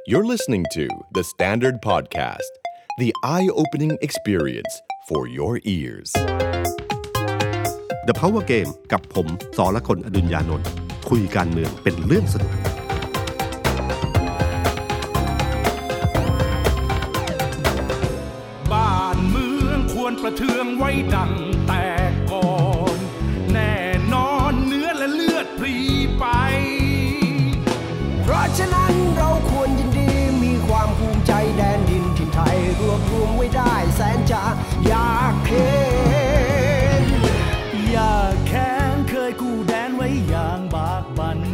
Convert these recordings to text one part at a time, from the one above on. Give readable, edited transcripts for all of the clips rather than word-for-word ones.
You're listening to The Standard Podcast, the eye-opening experience for your ears. The Power Game กับผมสรกล อดุลยานนท์คุยการเมืองเป็นเรื่องสนุกบ้านเมืองควรประเทืองไว้ดังแต่ก่อนแน่นอนเนื้อและเลือดพรีไปเพราะฉะนั้นเราควรยินดีมีความภูมิใจแดนดินถิ่นไทยรวบรวมไว้ได้แสนจะอยากเห็นอยากแค้นเคยกู้แดนไว้อย่างบากบั่น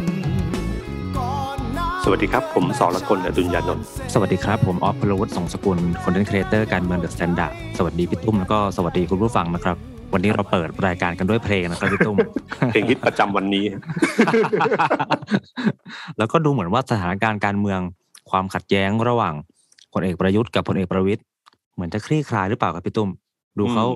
สวัสดีครับผมสรกล อดุลยานนท์สวัสดีครับผมออฟ พลวัฒน์ สงสกุลคอนเทนต์ครีเอเตอร์การเมือง The Standard สวัสดีพี่ตุ้มแล้วก็สวัสดีคุณผู้ฟังนะครับวันนี้เราเปิดรายการกันด้วยเพลงนะครับพี่ตุ้มเพลงฮิตประจำวันนี้แล้วก็ดูเหมือนว่าสถานการณ์การเมืองความขัดแย้งระหว่างพลเอกประยุทธ์กับพลเอกประวิตรเหมือนจะคลี่คลายหรือเปล่าครับพี่ตุ้มดูเขา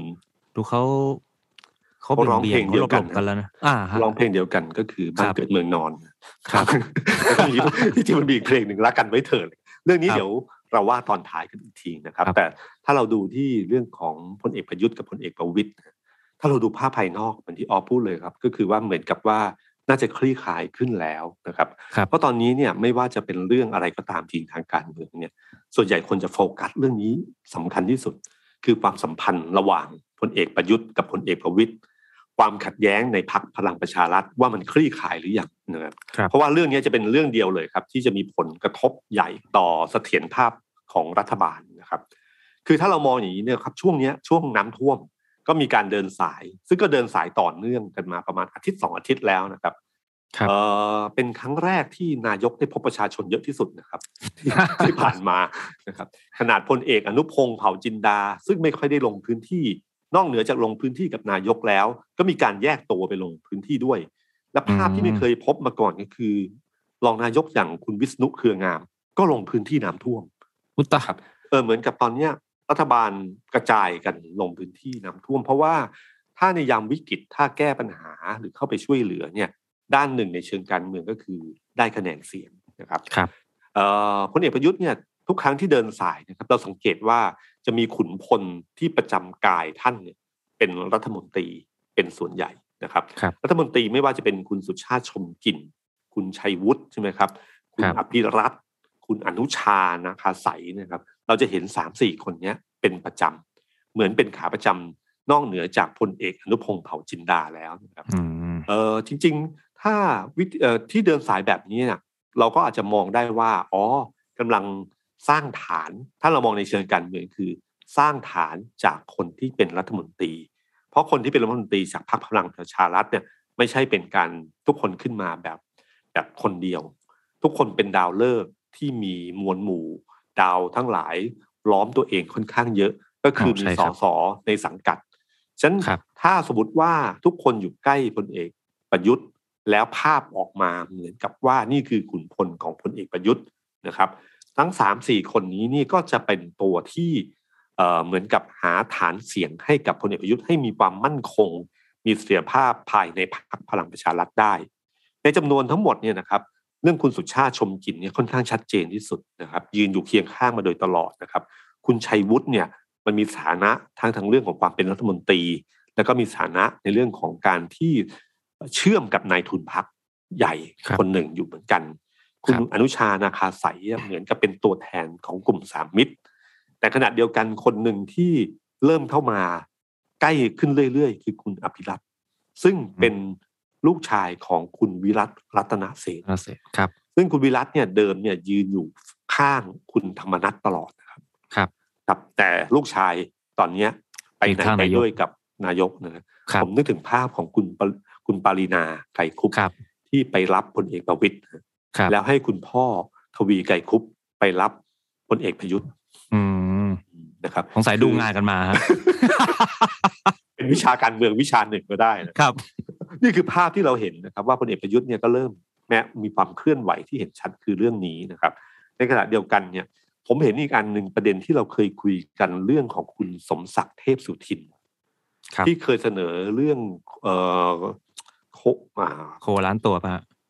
ร้องเพลงเดียวกันแล้วนะร้องเพลงเดียวกันก็คือบ้านเกิดเมืองนอนครับที่มันมีเพลงหนึ่งรักกันไว้เถิดเรื่องนี้เดี๋ยวเราว่าตอนท้ายกันอีกทีนะครับแต่ถ้าเราดูที่เรื่องของพลเอกประยุทธ์กับพลเอกประวิตรถ้าเราดูภาพภายนอกเหมือนที่ออฟพูดเลยครับก็คือว่าเหมือนกับว่าน่าจะคลี่คลายขึ้นแล้วนะครับเพราะตอนนี้เนี่ยไม่ว่าจะเป็นเรื่องอะไรก็ตามจริงทางการเมืองเนี่ยส่วนใหญ่คนจะโฟกัสเรื่องนี้สำคัญที่สุดคือความสัมพันธ์ระหว่างพลเอกประยุทธ์กับพลเอกประวิตรความขัดแย้งในพรรคพลังประชารัฐว่ามันคลี่คลายหรือยังนะครับเพราะว่าเรื่องนี้จะเป็นเรื่องเดียวเลยครับที่จะมีผลกระทบใหญ่ต่อเสถียรภาพของรัฐบาลนะครับคือถ้าเรามองอย่างนี้เนี่ยครับช่วงน้ำท่วมก็มีการเดินสายซึ่งก็เดินสายต่อเนื่องกันมาประมาณอาทิตย์2อาทิตย์แล้วนะครับเป็นครั้งแรกที่นายกได้พบประชาชนเยอะที่สุดนะครับที่ผ่านมานะครับขนาดพลเอกอนุพงษ์เผ่าจินดาซึ่งไม่ค่อยได้ลงพื้นที่นอกเหนือจากลงพื้นที่กับนายกแล้วก็มีการแยกตัวไปลงพื้นที่ด้วยและภาพที่ไม่เคยพบมาก่อนก็คือรองนายกอย่างคุณวิษณุเครืองามก็ลงพื้นที่น้ำท่วมครับเหมือนกับตอนนี้รัฐบาลกระจายกันลงพื้นที่น้ำท่วมเพราะว่าถ้าในยามวิกฤตถ้าแก้ปัญหาหรือเข้าไปช่วยเหลือเนี่ยด้านหนึ่งในเชิงการเมืองก็คือได้คะแนนเสียงนะครับพลเอกประยุทธ์เนี่ยทุกครั้งที่เดินสายนะครับเราสังเกตว่าจะมีขุนพลที่ประจำกายท่านเนี่ยเป็นรัฐมนตรีเป็นส่วนใหญ่นะครับรัฐมนตรีไม่ว่าจะเป็นคุณสุชาติชมกลิ่นคุณชัยวุฒิใช่ไหมครับคุณอภิรัตน์คุณอนุชานะคะใสนะครับเราจะเห็น 3-4 คนนี้เป็นประจำเหมือนเป็นขาประจำนอกเหนือจากพลเอกอนุพงษ์เผ่าจินดาแล้วนะครับจริงๆถ้าที่เดินสายแบบนี้เนี่ยเราก็อาจจะมองได้ว่ากำลังสร้างฐานถ้าเรามองในเชิงการเมืองคือสร้างฐานจากคนที่เป็นรัฐมนตรีเพราะคนที่เป็นรัฐมนตรีจากพรรคพลังประชารัฐเนี่ยไม่ใช่เป็นการทุกคนขึ้นมาแบบคนเดียวทุกคนเป็นดาวฤกษ์ที่มีมวลหมู่ดาวทั้งหลายล้อมตัวเองค่อนข้างเยอะก็คือมีสสในสังกัดฉะนั้นถ้าสมมติว่าทุกคนอยู่ใกล้พลเอกประยุทธ์แล้วภาพออกมาเหมือนกับว่านี่คือขุนพลของพลเอกประยุทธ์นะครับทั้ง 3-4 คนนี้นี่ก็จะเป็นตัวที่เหมือนกับหาฐานเสียงให้กับพลเอกประยุทธ์ให้มีความมั่นคงมีเสถียรภาพภายในพรรคพลังประชารัฐได้ในจำนวนทั้งหมดเนี่ยนะครับเรื่องคุณสุชาติชมกลิ่นเนี่ยค่อนข้างชัดเจนที่สุดนะครับยืนอยู่เคียงข้างมาโดยตลอดนะครับคุณชัยวุฒิเนี่ยมันมีฐานะทั้งเรื่องของความเป็นรัฐมนตรีแล้วก็มีฐานะในเรื่องของการที่เชื่อมกับนายทุนพรรคใหญ่คนหนึ่งอยู่เหมือนกันคุณอนุชานาคาใสเหมือนกับเป็นตัวแทนของกลุ่มสามมิตรแต่ขณะเดียวกันคนหนึ่งที่เริ่มเข้ามาใกล้ขึ้นเรื่อยๆคือคุณอภิรัตน์ซึ่งเป็นลูกชายของคุณวิรัตรัตนเสนครับซึ่งคุณวิรัตเนี่ยเดิมเนี่ยยืนอยู่ข้างคุณธรรมนัสตลอดนะครับครับแต่ลูกชายตอนนี้ไปไหนไปด้วยกับนายกนะผมนึกถึงภาพของคุณปารีนาไกรคุปที่ไปรับพลเอกประวิตรแล้วให้คุณพ่อทวีไกรคุปไปรับพลเอกประยุทธ์นะครับสงสัยดูงานกันมาครับเป็นวิชาการเมืองวิชาหนึ่งก็ได้นะครับนี่คือภาพที่เราเห็นนะครับว่าพลเอกประยุทธ์เนี่ยก็เริ่มมีความเคลื่อนไหวที่เห็นชัดคือเรื่องนี้นะครับในขณะเดียวกันเนี่ยผมเห็นอีกอันหนึ่งประเด็นที่เราเคยคุยกันเรื่องของคุณสมศักดิ์เทพสุทินที่เคยเสนอเรื่องโคล้านตัวป่ะ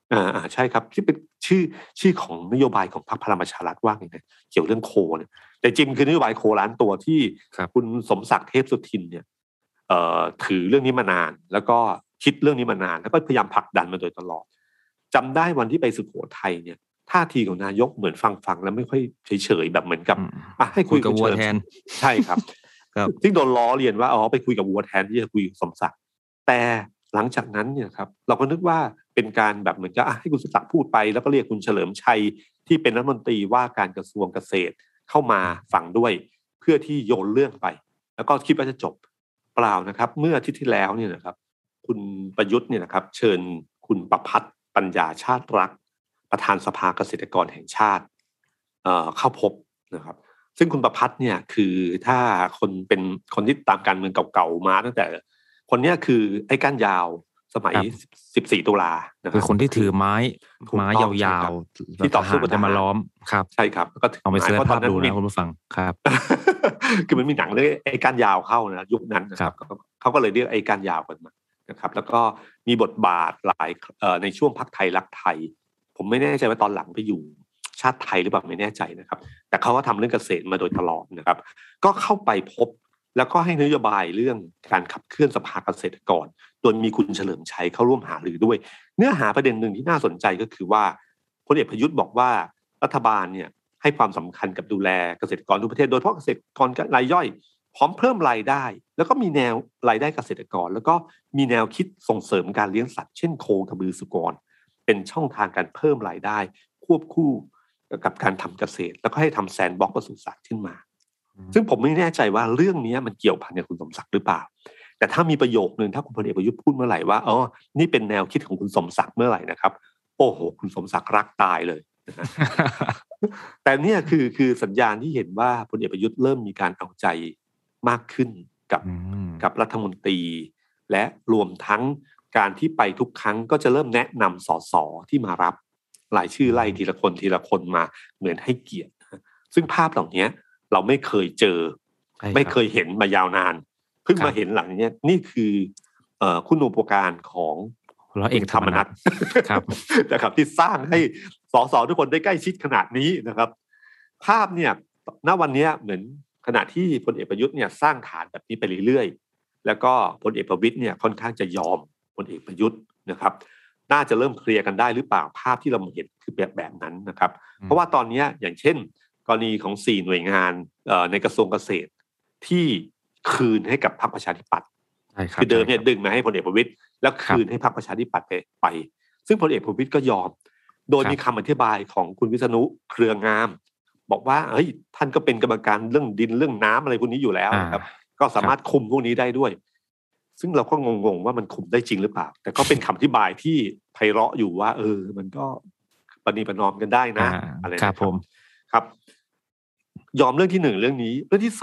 ใช่ครับที่เป็นชื่อของนโยบายของพรรคพลังประชารัฐว่าไงนะเกี่ยวเรื่องโคเนี่ยแต่จริงคือนโยบายโคล้านตัวที่คุณสมศักดิ์เทพสุทินเนี่ยถือเรื่องนี้มานานแล้วก็คิดเรื่องนี้มานานแล้วก็พยายามผลักดันมาโดยตลอดจำได้วันที่ไปสุโขทัยเนี่ยท่าทีของนายกเหมือนฟังแล้วไม่ค่อยเฉยๆแบบเหมือนกับให้คุยกับวัวแทนใช่ครับซึ่งโดนล้อเลียนว่าไปคุยกับวัวแทนที่จะคุยกับสมศักดิ์แต่หลังจากนั้นเนี่ยครับเราก็นึกว่าเป็นการแบบเหมือนกับให้คุณสมศักดิ์พูดไปแล้วก็เรียกคุณเฉลิมชัยที่เป็นรัฐมนตรีว่าการกระทรวงเกษตรเข้ามาฟังด้วยเพื่อที่โยนเรื่องไปแล้วก็คิดว่าจะจบเปล่านะครับเมื่ออาทิตย์ที่แล้วเนี่ยนะครับคุณประยุทธ์เนี่ยนะครับเชิญคุณประภัสปัญญาชาติรักประธานสภาเกษตรกรแห่งชาติเข้าพบนะครับซึ่งคุณประภัสเนี่ยคือถ้าคนที่ตามการเมืองเก่าๆมาตั้งแต่คนนี้คือไอ้ก้านยาวสมัย14ตุลานะครับคือคนที่ถือไม้ยาวๆที่ต่อสู้กับมาล้อมครับใช่ครับแล้วก็เอาไปเสิร์ชภาพดูนะคุณผู้ฟังครับคือมันมีหนังเรื่องไอ้ก้านยาวเข้านะยุคนั้นนะครับเขาก็เลยเรียกไอ้ก้านยาวกันมานะครับแล้วก็มีบทบาทหลายในช่วงพรรคไทยรักไทยผมไม่แน่ใจว่าตอนหลังไปอยู่ชาติไทยหรือเปล่าไม่แน่ใจนะครับแต่เขาก็ทำเรื่องเกษตรมาโดยตลอดนะครับก็เข้าไปพบแล้วก็ให้นโยบายเรื่องการขับเคลื่อนสภาเกษตรกรโดยมีคุณเฉลิมชัยเข้าร่วมหารือด้วยเนื้อหาประเด็นหนึ่งที่น่าสนใจก็คือว่าพลเอกประยุทธ์บอกว่ารัฐบาลเนี่ยให้ความสำคัญกับดูแลเกษตรกรทุกประเทศโดยเฉพาะเกษตรกรรายย่อยพร้อมเพิ่มรายได้แล้วก็มีแนวรายได้เกษตรกรแล้วก็มีแนวคิดส่งเสริมการเลี้ยงสัตว์เช่นโคกระบือสุกรเป็นช่องทางการเพิ่มรายได้ควบคู่กับการทำเกษตรแล้วก็ให้ทำแซนด์บ็อกซ์ปศุสัตว์ขึ้นมาซึ่งผมไม่แน่ใจว่าเรื่องนี้มันเกี่ยวพันกับคุณสมศักดิ์หรือเปล่าแต่ถ้ามีประโยคนึงถ้าคุณพลเอกประยุทธ์พูดเมื่อไหร่ว่านี่เป็นแนวคิดของคุณสมศักดิ์เมื่อไหร่นะครับโอ้โหคุณสมศักดิ์รักตายเลยแต่เนี่ยคือสัญญาณที่เห็นว่าพลเอกประยุทธ์เริ่มมีการเอาใจมากขึ้นกับรัฐมนตรีและรวมทั้งการที่ไปทุกครั้งก็จะเริ่มแนะนำสสที่มารับรายชื่อไล่ทีละคนมาเหมือนให้เกียรติซึ่งภาพเหล่านี้เราไม่เคยเจอไม่เคยเห็นมายาวนานเพิ่งมาเห็นหลังนี้นี่คือคุณูปการของร้อยเอกธรรมนัสครับนะครับที่สร้างให้สสทุกคนได้ใกล้ชิดขนาดนี้นะครับภาพเนี่ยณวันนี้เหมือนขณะที่พลเอกประยุทธ์เนี่ยสร้างฐานแบบนี้ไปเรื่อยๆแล้วก็พลเอกประวิตรเนี่ยค่อนข้างจะยอมพลเอกประยุทธ์นะครับน่าจะเริ่มเคลียร์กันได้หรือเปล่าภาพที่เราเห็นคือแบบนั้นนะครับเพราะว่าตอนนี้อย่างเช่นกรณีของ4หน่วยงานในกระทรวงเกษตรที่คืนให้กับพรรคประชาธิปัตย์คือเดิมเนี่ยดึงมาให้พลเอกประวิตรแล้วคืนให้พรรคประชาธิปัตย์ไปซึ่งพลเอกประวิตรก็ยอมโดยมีคำอธิบายของคุณวิษณุเครืองามบอกว่าเฮ้ยท่านก็เป็นกรรมการเรื่องดินเรื่องน้ำอะไรพวกนี้อยู่แล้วนะครับก็สามารถคุมพวกนี้ได้ด้วยซึ่งเราก็งงๆว่ามันคุมได้จริงหรือเปล่าแต่ก็เป็นคำอธิบายที่ไพเราะอยู่ว่ามันก็ประนีประนอมกันได้นะอะไรนะครับผมครับยอมเรื่องที่1เรื่องนี้เรื่องที่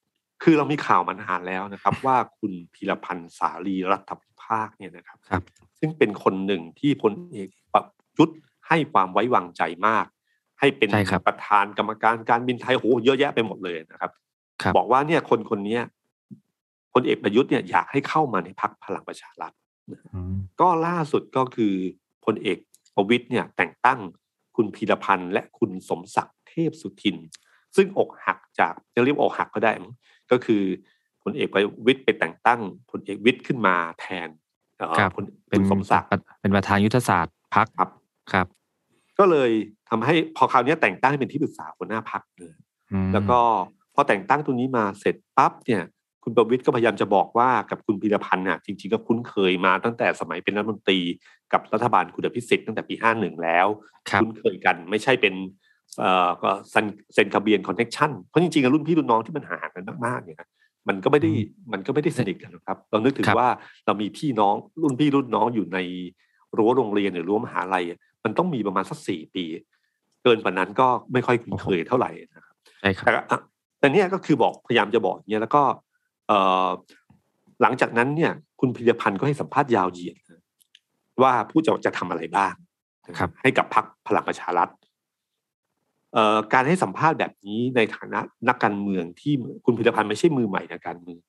2คือเรามีข่าวมานานแล้วนะครับว่าคุณพีรพันธ์สาลีรัฐวิภาคเนี่ยนะครับซึ่งเป็นคนหนึ่งที่พลเอกประยุทธ์ให้ความไว้วางใจมากให้เป็นประธานกรรมการการบินไทยโหเยอะแยะไปหมดเลยนะครับบอกว่าเนี่ยคนนี้พลเอกประยุทธ์เนี่ยอยากให้เข้ามาในพรรคพลังประชารัฐก็ล่าสุดก็คือพลเอกประวิตรเนี่ยแต่งตั้งคุณพีรพันธ์และคุณสมศักดิ์เทพสุทินซึ่งอกหักจากจะเรียกอกหักก็ได้ก็คือพลเอกประวิตรไปแต่งตั้งพลเอกวิทย์ขึ้นมาแทนคุณสมศักดิ์เป็นประธานยุทธศาสตร์พรรคครับก็เลยทำให้พอคราวนี้แต่งตั้งเป็นที่ปรึกษาหัวหน้าพรรคเลยแล้วก็พอแต่งตั้งตรงนี้มาเสร็จปั๊บเนี่ยคุณประวิตรก็พยายามจะบอกว่ากับคุณพีรพันธ์น่ะจริงๆก็คุ้นเคยมาตั้งแต่สมัยเป็นรัฐมนตรีกับรัฐบาลคุณอภิสิทธิ์ตั้งแต่ปี51แล้วคุ้นเคยกันไม่ใช่เป็นก็เซ็นทะเบียนคอนเนคชั่นเพราะจริงๆรุ่นพี่รุ่นน้องที่มันห่างกันมากๆเนี่ยมันก็ไม่ได้สนิทกันหรอกครับเรานึกถึงว่าเรามีพี่น้องรุ่นพี่รุ่นน้องอยู่ในรั้วโรงเรียนหรือรั้วมหาลัยมันต้องมีประมาณสัก4 ปีเกินกว่านั้นก็ไม่ค่อยคุ้นเคยเท่าไหร่นะครับแต่เนี่ยก็คือบอกพยายามจะบอกเนี่ยแล้วก็หลังจากนั้นเนี่ยคุณพีรพันธ์ก็ให้สัมภาษณ์ยาวเหยียดว่าผู้จะทำอะไรบ้างให้กับพรรคพลังประชารัฐการให้สัมภาษณ์แบบนี้ในฐานะนักการเมืองที่คุณพีรพันธ์ไม่ใช่มือใหม่ในการเมือง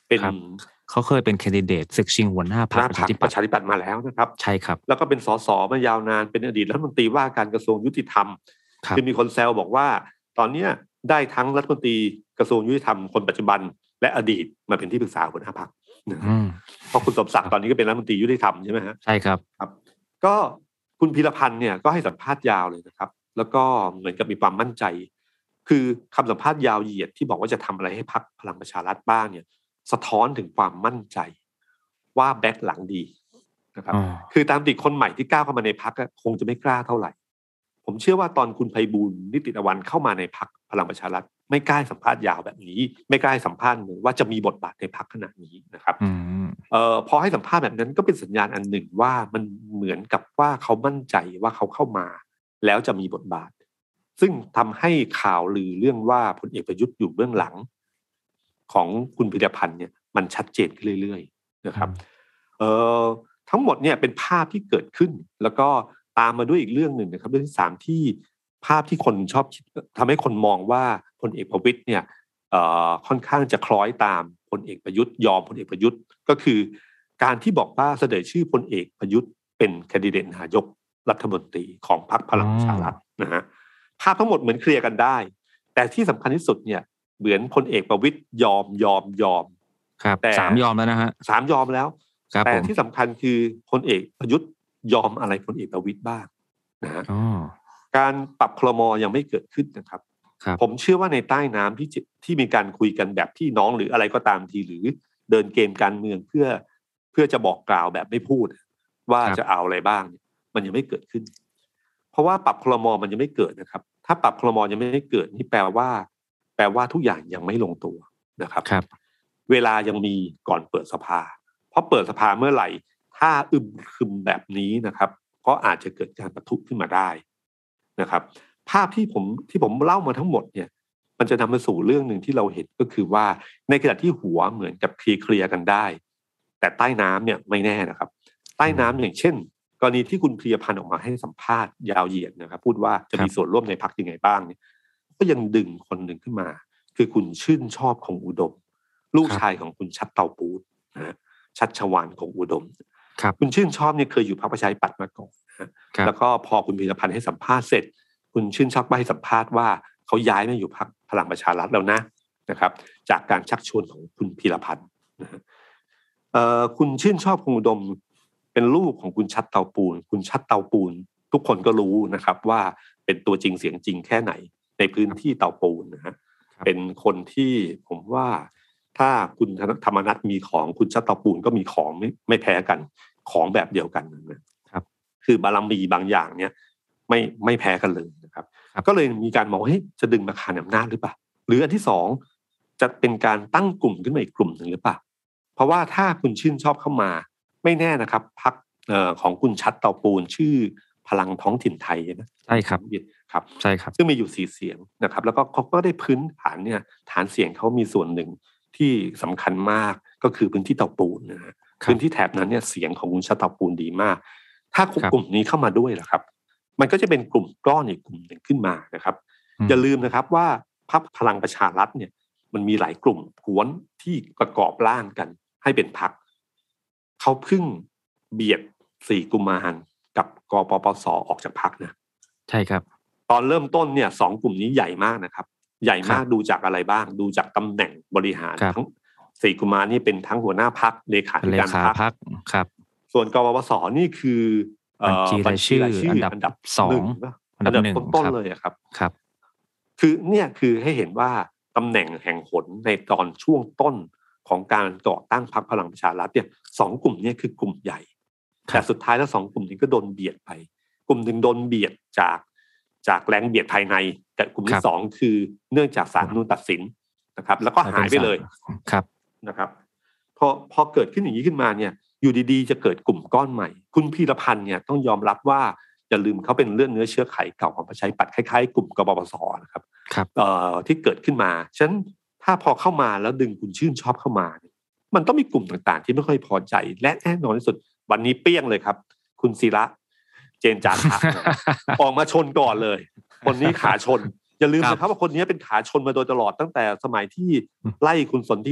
เป็นเขาเคยเป็นแคนดิเดตศึกชิงหัวหน้าพรรคประชาธิปัตย์มาแล้วนะครับใช่ครับแล้วก็เป็นสสมายาวนานเป็นอดีตรัฐมนตรีว่าการกระทรวงยุติธรรมคือมีคนแซวบอกว่าตอนนี้ได้ทั้งรัฐมนตรีกระทรวงยุติธรรมคนปัจจุบันและอดีตมาเป็นที่ปรึกษาหัวหน้าพรรคเพราะคุณสมศักดิ์ตอนนี้ก็เป็นรัฐมนตรียุติธรรมใช่ไหมฮะใช่ครับก็คุณพีรพันธ์เนี่ยก็ให้สัมภาษณ์ยาวเลยนะครับแล้วก็เหมือนกับมีความมั่นใจคือคำสัมภาษณ์ยาวเหยียดที่บอกว่าจะทำอะไรให้พรรคพลังประชารัฐบ้างเนี่ยสะท้อนถึงความมั่นใจว่าแบ็คหลังดีนะครับคือตามติคนใหม่ที่ก้าวเข้ามาในพรรคคงจะไม่กล้าเท่าไหร่ผมเชื่อว่าตอนคุณไพบูลย์นิติตะวันเข้ามาในพรรคพลังประชารัฐไม่กล้าสัมภาษณ์ยาวแบบนี้ไม่กล้าสัมภาษณ์เลยว่าจะมีบทบาทในพรรคขนาดนี้นะครับพอให้สัมภาษณ์แบบนั้นก็เป็นสัญญาณอันหนึ่งว่ามันเหมือนกับว่าเขามั่นใจว่าเขาเข้ามาแล้วจะมีบทบาทซึ่งทำให้ข่าวลือเรื่องว่าพลเอกประยุทธ์อยู่เบื้องหลังของคุณพีรพันธ์เนี่ยมันชัดเจนขึ้นเรื่อยๆนะครับทั้งหมดเนี่ยเป็นภาพที่เกิดขึ้นแล้วก็ตามมาด้วยอีกเรื่องหนึ่งนะครับเรื่องที่3ที่ภาพที่คนชอบทำให้คนมองว่าพลเอกประวิตรเนี่ยค่อนข้างจะคล้อยตามพลเอกประยุทธ์ยอมพลเอกประยุทธ์ก็คือการที่บอกว่าเสนอชื่อพลเอกประยุทธ์เป็นแคนดิเดตนายกรัฐมนตรีของพรรคพลังประชารัฐนะฮะภาพทั้งหมดเหมือนเคลียร์กันได้แต่ที่สำคัญที่สุดเนี่ยเหมือนพลเอกประวิตรยอมครับแต่3ยอมแล้วนะฮะ 3ยอมแล้วแต่ที่สำคัญคือพลเอกประยุทธ์ยอมอะไรพลเอกประวิตรบ้างนะฮะการปรับครม.ยังไม่เกิดขึ้นนะครับผมเชื่อว่าในใต้น้ำที่มีการคุยกันแบบพี่น้องหรืออะไรก็ตามทีหรือเดินเกมการเมืองเพื่อจะบอกกล่าวแบบไม่พูดว่าจะเอาอะไรบ้างมันยังไม่เกิดขึ้นเพราะว่าปรับครม.มันยังไม่เกิดนะครับถ้าปรับครม.ยังไม่เกิดนี่แปลว่าทุกอย่างยังไม่ลงตัวนะครับเวลายังมีก่อนเปิดสภาเพราะเปิดสภาเมื่อไหร่ถ้าอึมครึมแบบนี้นะครับก็อาจจะเกิดการปะทุขึ้นมาได้นะครับภาพที่ผมเล่ามาทั้งหมดเนี่ยมันจะนำมาสู่เรื่องหนึ่งที่เราเห็นก็คือว่าในขณะที่หัวเหมือนกับเคลียร์กันได้แต่ใต้น้ำเนี่ยไม่แน่นะครับใต้น้ำอย่างเช่นกรณีที่คุณพีรพันธ์ออกมาให้สัมภาษณ์ยาวเหยียดนะครับพูดว่าจะมีส่วนร่วมในพรรคยังไงบ้างเนี่ยก็ยังดึงคนหนึ่งขึ้นมาคือคุณชื่นชอบคงอุดมลูกชายของคุณชัดเตาปูนนะชัชวาลคงอุดมคุณชื่นชอบเนี่ยเคยอยู่พรรคประชาธิปัตย์มาก่อนแล้วก็พอคุณพีรพันธ์ให้สัมภาษณ์เสร็จคุณชื่นชอบก็ให้สัมภาษณ์ว่าเขาย้ายมาอยู่พรรคพลังประชารัฐแล้วนะครับจากการชักชวนของคุณพีรพันธ์คุณชื่นชอบคงอุดมเป็นลูกของคุณชัดเตาปูนคุณชัดเตาปูนทุกคนก็รู้นะครับว่าเป็นตัวจริงเสียงจริงแค่ไหนในพื้นที่เตาปูนนะฮะเป็นคนที่ผมว่าถ้าคุณธรรมนัสมีของคุณชัดเตาปูนก็มีของไม่แพ้กันของแบบเดียวกันนะครับคือบารมีบางอย่างเนี่ยไม่แพ้กันเลยนะครับก็เลยมีการมองว่าจะดึงมาขานอำนาจหรือเปล่าหรืออันที่2จะเป็นการตั้งกลุ่มขึ้นมาอีกกลุ่มหนึ่งหรือเปล่าเพราะว่าถ้าคุณชื่นชอบเข้ามาไม่แน่นะครับพรรคของคุณชัดเตาปูนชื่อพลังท้องถิ่นไทยนะใช่ครับครับใช่ครับซึ่งมีอยู่4เสียงนะครับแล้วก็เขาก็ได้พื้นฐานเนี่ยฐานเสียงเขามีส่วนหนึ่งที่สำคัญมากก็คือพื้นที่เตาปูนนะฮะพื้นที่แถบนั้นเนี่ยเสียงของคุณชัดเตาปูนดีมากถ้ากลุ่มนี้เข้ามาด้วยล่ะครับมันก็จะเป็นกลุ่มก้อนอีกกลุ่มหนึ่งขึ้นมานะครับอย่าลืมนะครับว่าพรรคพลังประชารัฐเนี่ยมันมีหลายกลุ่มกวนที่ประกอบร่างกันให้เป็นพรรคเขาเพิ่งเบียด4กุมารกับกปปสออกจากพรรคนะใช่ครับตอนเริ่มต้นเนี่ย2กลุ่มนี้ใหญ่มากนะครับใหญ่มากดูจากอะไรบ้างดูจากตำแหน่งบริหารทั้ง4กุมารนี่เป็นทั้งหัวหน้าพรรคเลขาธิการพรรคครับส่วนกปปสนี่คือบัญชีรายชื่ออันดับ2 อันดับต้นๆเลยครับครับคือเนี่ยคือให้เห็นว่าตำแหน่งแห่งหนในตอนช่วงต้นของการก่อตั้งพรรคพลังประชารัฐเนี่ย2กลุ่มนี้คือกลุ่มใหญ่แต่สุดท้ายแล้ว2กลุ่มนี้ก็โดนเบียดไปกลุ่มหนึ่งโดนเบียดจากแรงเบียดภายในแต่กลุ่มที่2คือเนื่องจากศาลนู่นตัดสินนะครับแล้วก็หายไปเลยนะครับพอเกิดขึ้นอย่างนี้ขึ้นมาเนี่ยอยู่ดีๆจะเกิดกลุ่มก้อนใหม่คุณพีรพันธ์เนี่ยต้องยอมรับว่าอย่าลืมเขาเป็นเลือดเนื้อเชื้อไขเก่าของประชาธิปัตย์คล้ายๆกลุ่มกปปสนะครับที่เกิดขึ้นมาฉะนั้นถ้าพอเข้ามาแล้วดึงคุณชื่นชอบเข้ามามันต้องมีกลุ่มต่างๆที่ไม่ค่อยพอใจและแน่นอนที่สุดวันนี้เปี้ยงเลยครับคุณศิระเจนจาคะ ออกมาชนก่อนเลยคนนี้ขาชนอย่าลืมนะครับว่าคนนี้เป็นขาชนมาโดยตลอดตั้งแต่สมัยที่ไล่คุณสนธิรัตน์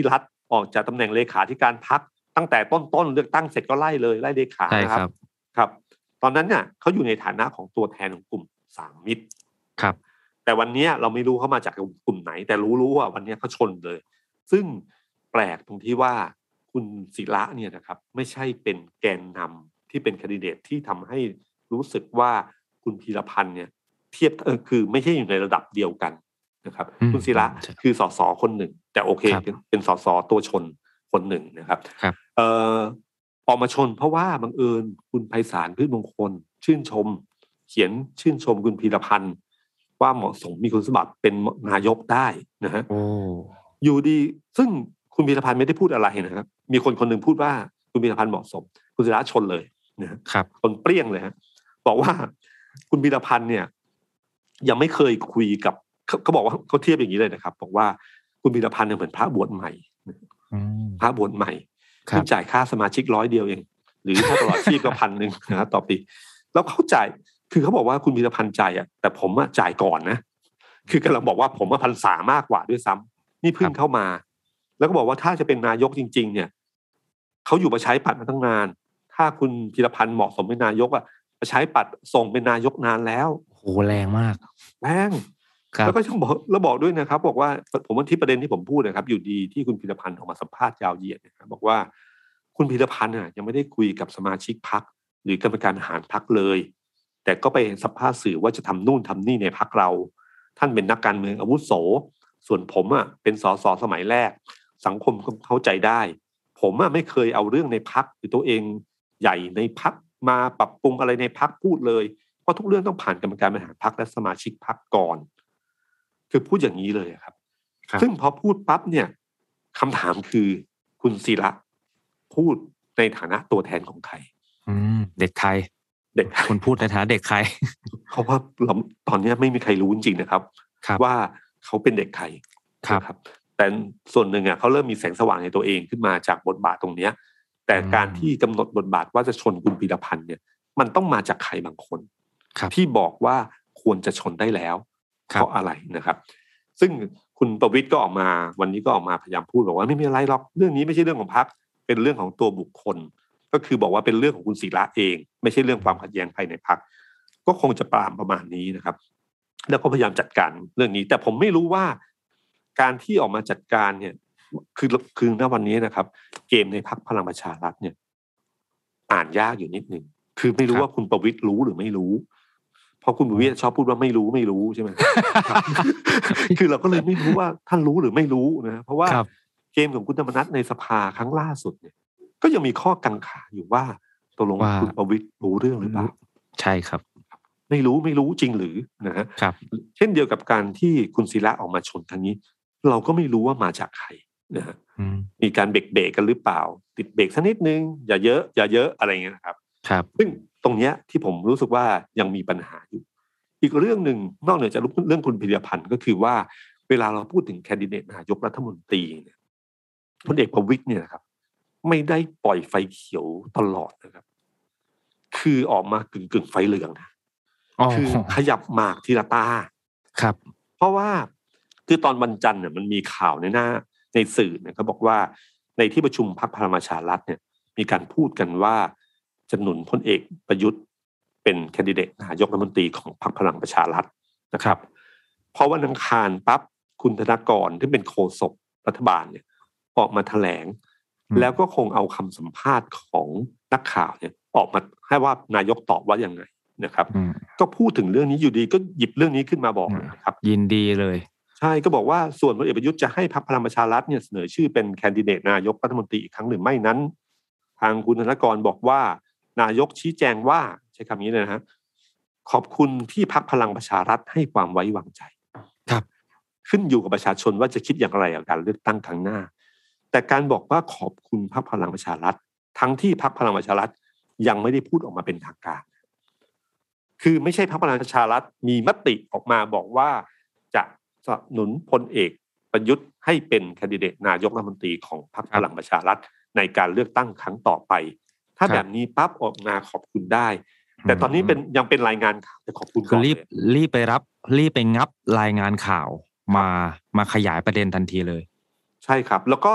ออกจากตำแหน่งเลขาธิการพรรคตั้งแต่ต้นเลือกตั้งเสร็จก็ไล่เลขานะครับครับตอนนั้นเนี่ยเขาอยู่ในฐานะของตัวแทนของกลุ่มสามมิตรครับแต่วันนี้เราไม่รู้เขามาจากกลุ่มไหนแต่รู้ว่าวันนี้เขาชนเลยซึ่งแปลกตรงที่ว่าคุณศิระเนี่ยนะครับไม่ใช่เป็นแกนนำที่เป็นแคนดิเดตที่ทำให้รู้สึกว่าคุณพีรพันธ์เนี่ยเทียบคือไม่ใช่อยู่ในระดับเดียวกันนะครับคุณศิระคือสสคนหนึ่งแต่โอเคเป็นสสตัวชนคนหนึ่งนะครับออกมาชนเพราะว่าบังเอิญคุณไพศาลพืชมงคลเขียนชื่นชมคุณพีรพันธ์ว่าเหมาะสมมีคุณสมบัติเป็นนายกได้นะฮะอยู่ดีซึ่งคุณพีรพันธ์ไม่ได้พูดอะไรนะครับมีคนหนึ่งพูดว่าคุณพีรพันธ์เหมาะสมคุณศิระชนเลยนะครับคนเปรี้ยงเลยฮะบอกว่าคุณพีรพันธ์เนี่ยยังไม่เคยคุยกับเขาบอกว่าเขาเทียบอย่างนี้เลยนะครับบอกว่าคุณพีรพันธ์เนี่ยเหมือนพระบวชใหม่พระบวชใหม่ที่จ่ายค่าสมาชิก100เดียวเองหรือถ้าตลอดชีพก็ 1,000 นะต่อปีแล้วเขาจ่ายคือเขาบอกว่าคุณพีรพันธ์จ่ายแต่ผมจ่ายก่อนนะคือกำลังบอกว่าผมพรรษามากกว่าด้วยซ้ำนี่เพิ่งเข้ามาแล้วก็บอกว่าถ้าจะเป็นนายกจริงๆเนี่ยเขาอยู่ประชาธิปัตย์มาตั้งนานถ้าคุณพีรพันธ์เหมาะสมเป็นนายกประชาธิปัตย์ส่งเป็นนายกนานแล้วโหแรงมากแรงแล้วก็ต้องบอกด้วยนะครับบอกว่าผมว่าที่ประเด็นที่ผมพูดนะครับอยู่ดีที่คุณพีรพันธ์ออกมาสัมภาษณ์ยาวเหยียดนะครับบอกว่าคุณพีรพันธ์ยังไม่ได้คุยกับสมาชิกพรรคหรือกรรมการบริหารพรรคเลยแต่ก็ไปสัมภาษณ์สื่อว่าจะทำนู่นทำนี่ในพรรคเราท่านเป็นนักการเมืองอาวุโสส่วนผมเป็นสสสมัยแรกสังคมเข้าใจได้ผมไม่เคยเอาเรื่องในพรรคหรือตัวเองใหญ่ในพรรคมาปรับปรุงอะไรในพรรคพูดเลยเพราะทุกเรื่องต้องผ่านกรรมการบริหารพรรคและสมาชิกพรรคก่อนคือพูดอย่างนี้เลยครับซึ่งพอพูดปั๊บเนี่ยคำถามคือคุณศิระพูดในฐานะตัวแทนของใครเด็กใครคุณพูดในฐานะเด็กใครเขาว่าตอนนี้ไม่มีใครรู้จริงๆนะครับว่าเขาเป็นเด็กใครครับแต่ส่วนหนึ่งเขาเริ่มมีแสงสว่างในตัวเองขึ้นมาจากบทบาทตรงนี้แต่การที่กำหนดบทบาทว่าจะชนคุณพีรพันธ์เนี่ยมันต้องมาจากใครบางคนที่บอกว่าควรจะชนได้แล้วเพราะอะไรนะครับซึ่งคุณประวิตรก็ออกมาวันนี้ก็ออกมาพยายามพูดบอกว่าไม่มีอะไรหรอกเรื่องนี้ไม่ใช่เรื่องของพรรคเป็นเรื่องของตัวบุคคลก็คือบอกว่าเป็นเรื่องของคุณศิระเองไม่ใช่เรื่องความขัดแย้งภายในพรรคก็คงจะปรามประมาณนี้นะครับแล้วก็พยายามจัดการเรื่องนี้แต่ผมไม่รู้ว่าการที่ออกมาจัดการเนี่ยคือณวันนี้นะครับเกมในพรรคพลังประชารัฐเนี่ยอ่านยากอยู่นิดนึงคือไม่รู้ว่าคุณประวิตรรู้หรือไม่รู้เพราะคุณประวิตรชอบพูดว่าไม่รู้ใช่ไหม คือเราก็เลยไม่รู้ว่าท่านรู้หรือไม่รู้นะเพราะว่าเกมของคุณธรรมนัสในสภาครั้งล่าสุดเนี่ยก็ยังมีข้อกังขาอยู่ว่าตกลงคุณประวิตรรู้เรื่องหรือเปล่าใช่ครับไม่รู้จริงหรือนะฮะเช่นเดียวกับการที่คุณศิระออกมาชนครั้งนี้เราก็ไม่รู้ว่ามาจากใครนะฮะมีการเบรกกันหรือเปล่าติดเบรกสักนิดนึงอย่าเยอะอะไรเงี้ยนะครับซึ่งตรงเนี้ยที่ผมรู้สึกว่ายังมีปัญหาอยู่อีกเรื่องนึงนอกเหนือจากเรื่องคุณพีรพันธ์ก็คือว่าเวลาเราพูดถึงแคนดิเดตนายกรัฐมนตรีเนี่ยพลเอกประวิตรเนี่ยนะครับไม่ได้ปล่อยไฟเขียวตลอดนะครับคือออกมากึ่งไฟเหลืองนะคือขยับหมากทีละตาครับเพราะว่าคือตอนวันจันทร์เนี่ยมันมีข่าวในสื่อเนี่ยเขาบอกว่าในที่ประชุมพรรคพลังประชารัฐเนี่ยมีการพูดกันว่าจะหนุนพลเอกประยุทธ์เป็นแคนดิเดตนายกรัฐมนตรีของพรรคพลังประชารัฐนะครับเพราะวันอังคารปั๊บคุณธนากรที่เป็นโฆษกรัฐบาลเนี่ยออกมาแถลงแล้วก็คงเอาคำสัมภาษณ์ของนักข่าวเนี่ยออกมาให้ว่านายกตอบว่ายังไงนะครับก็พูดถึงเรื่องนี้อยู่ดีก็หยิบเรื่องนี้ขึ้นมาบอกนะครับยินดีเลยใช่ก็บอกว่าส่วนพลเอกประยุทธ์จะให้พรรคพลังประชารัฐเนี่ยเสนอชื่อเป็นแคนดิเดตนายกรัฐมนตรีอีกครั้งหรือไม่นั้นทางคุณธนากรบอกว่านายกชี้แจงว่าใช้คำนี้เลยนะฮะขอบคุณที่พรรคพลังประชารัฐให้ความไว้วางใจครับขึ้นอยู่กับประชาชนว่าจะคิดอย่างไรกับการเลือกตั้งครั้งหน้าแต่การบอกว่าขอบคุณพรรคพลังประชารัฐทั้งที่พรรคพลังประชารัฐยังไม่ได้พูดออกมาเป็นทางการคือไม่ใช่พรรคพลังประชารัฐมีมติออกมาบอกว่าจะสนับสนุนพลเอกประยุทธ์ให้เป็นแคนดิเดตนายกรัฐมนตรีของพรรคพลังประชารัฐในการเลือกตั้งครั้งต่อไปถ้าแบบนี้ปั๊บออกมาขอบคุณได้แต่ตอนนี้ยังเป็นรายงานข่าวแต่ขอบคุณก่อนรีบไปงับรายงานข่าวมาขยายประเด็นทันทีเลยใช่ครับแล้วก็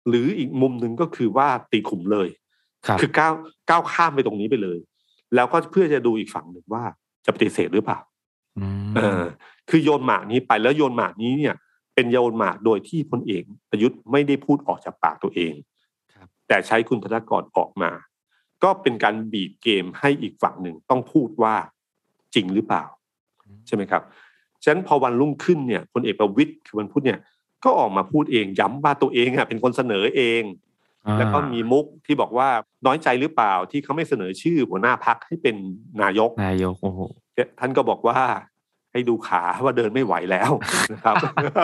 หรืออีกมุมหนึ่งก็คือว่าตีขุมเลยคือก้าวข้ามไปตรงนี้ไปเลยแล้วก็เพื่อจะดูอีกฝั่งหนึ่งว่าจะปฏิเสธหรือเปล่าคือโยนหมากนี้ไปแล้วโยนหมากนี้เนี่ยเป็นโยนหมากโดยที่พลเอกประยุทธ์ไม่ได้พูดออกจากปากตัวเองแต่ใช้คุณธนกรออกมาก็เป็นการบีบเกมให้อีกฝั่งหนึ่งต้องพูดว่าจริงหรือเปล่าใช่ไหมครับฉะนั้นพอวันรุ่งขึ้นเนี่ยพลเอกประวิตรคือวันพุธเนี่ยก็ออกมาพูดเองย้ำว่าตัวเองเป็นคนเสนอเองแล้วก็มีมุกที่บอกว่าน้อยใจหรือเปล่าที่เขาไม่เสนอชื่อหัวหน้าพรรคให้เป็นนายกโอ้โหท่านก็บอกว่าให้ดูขาว่าเดินไม่ไหวแล้วนะครับ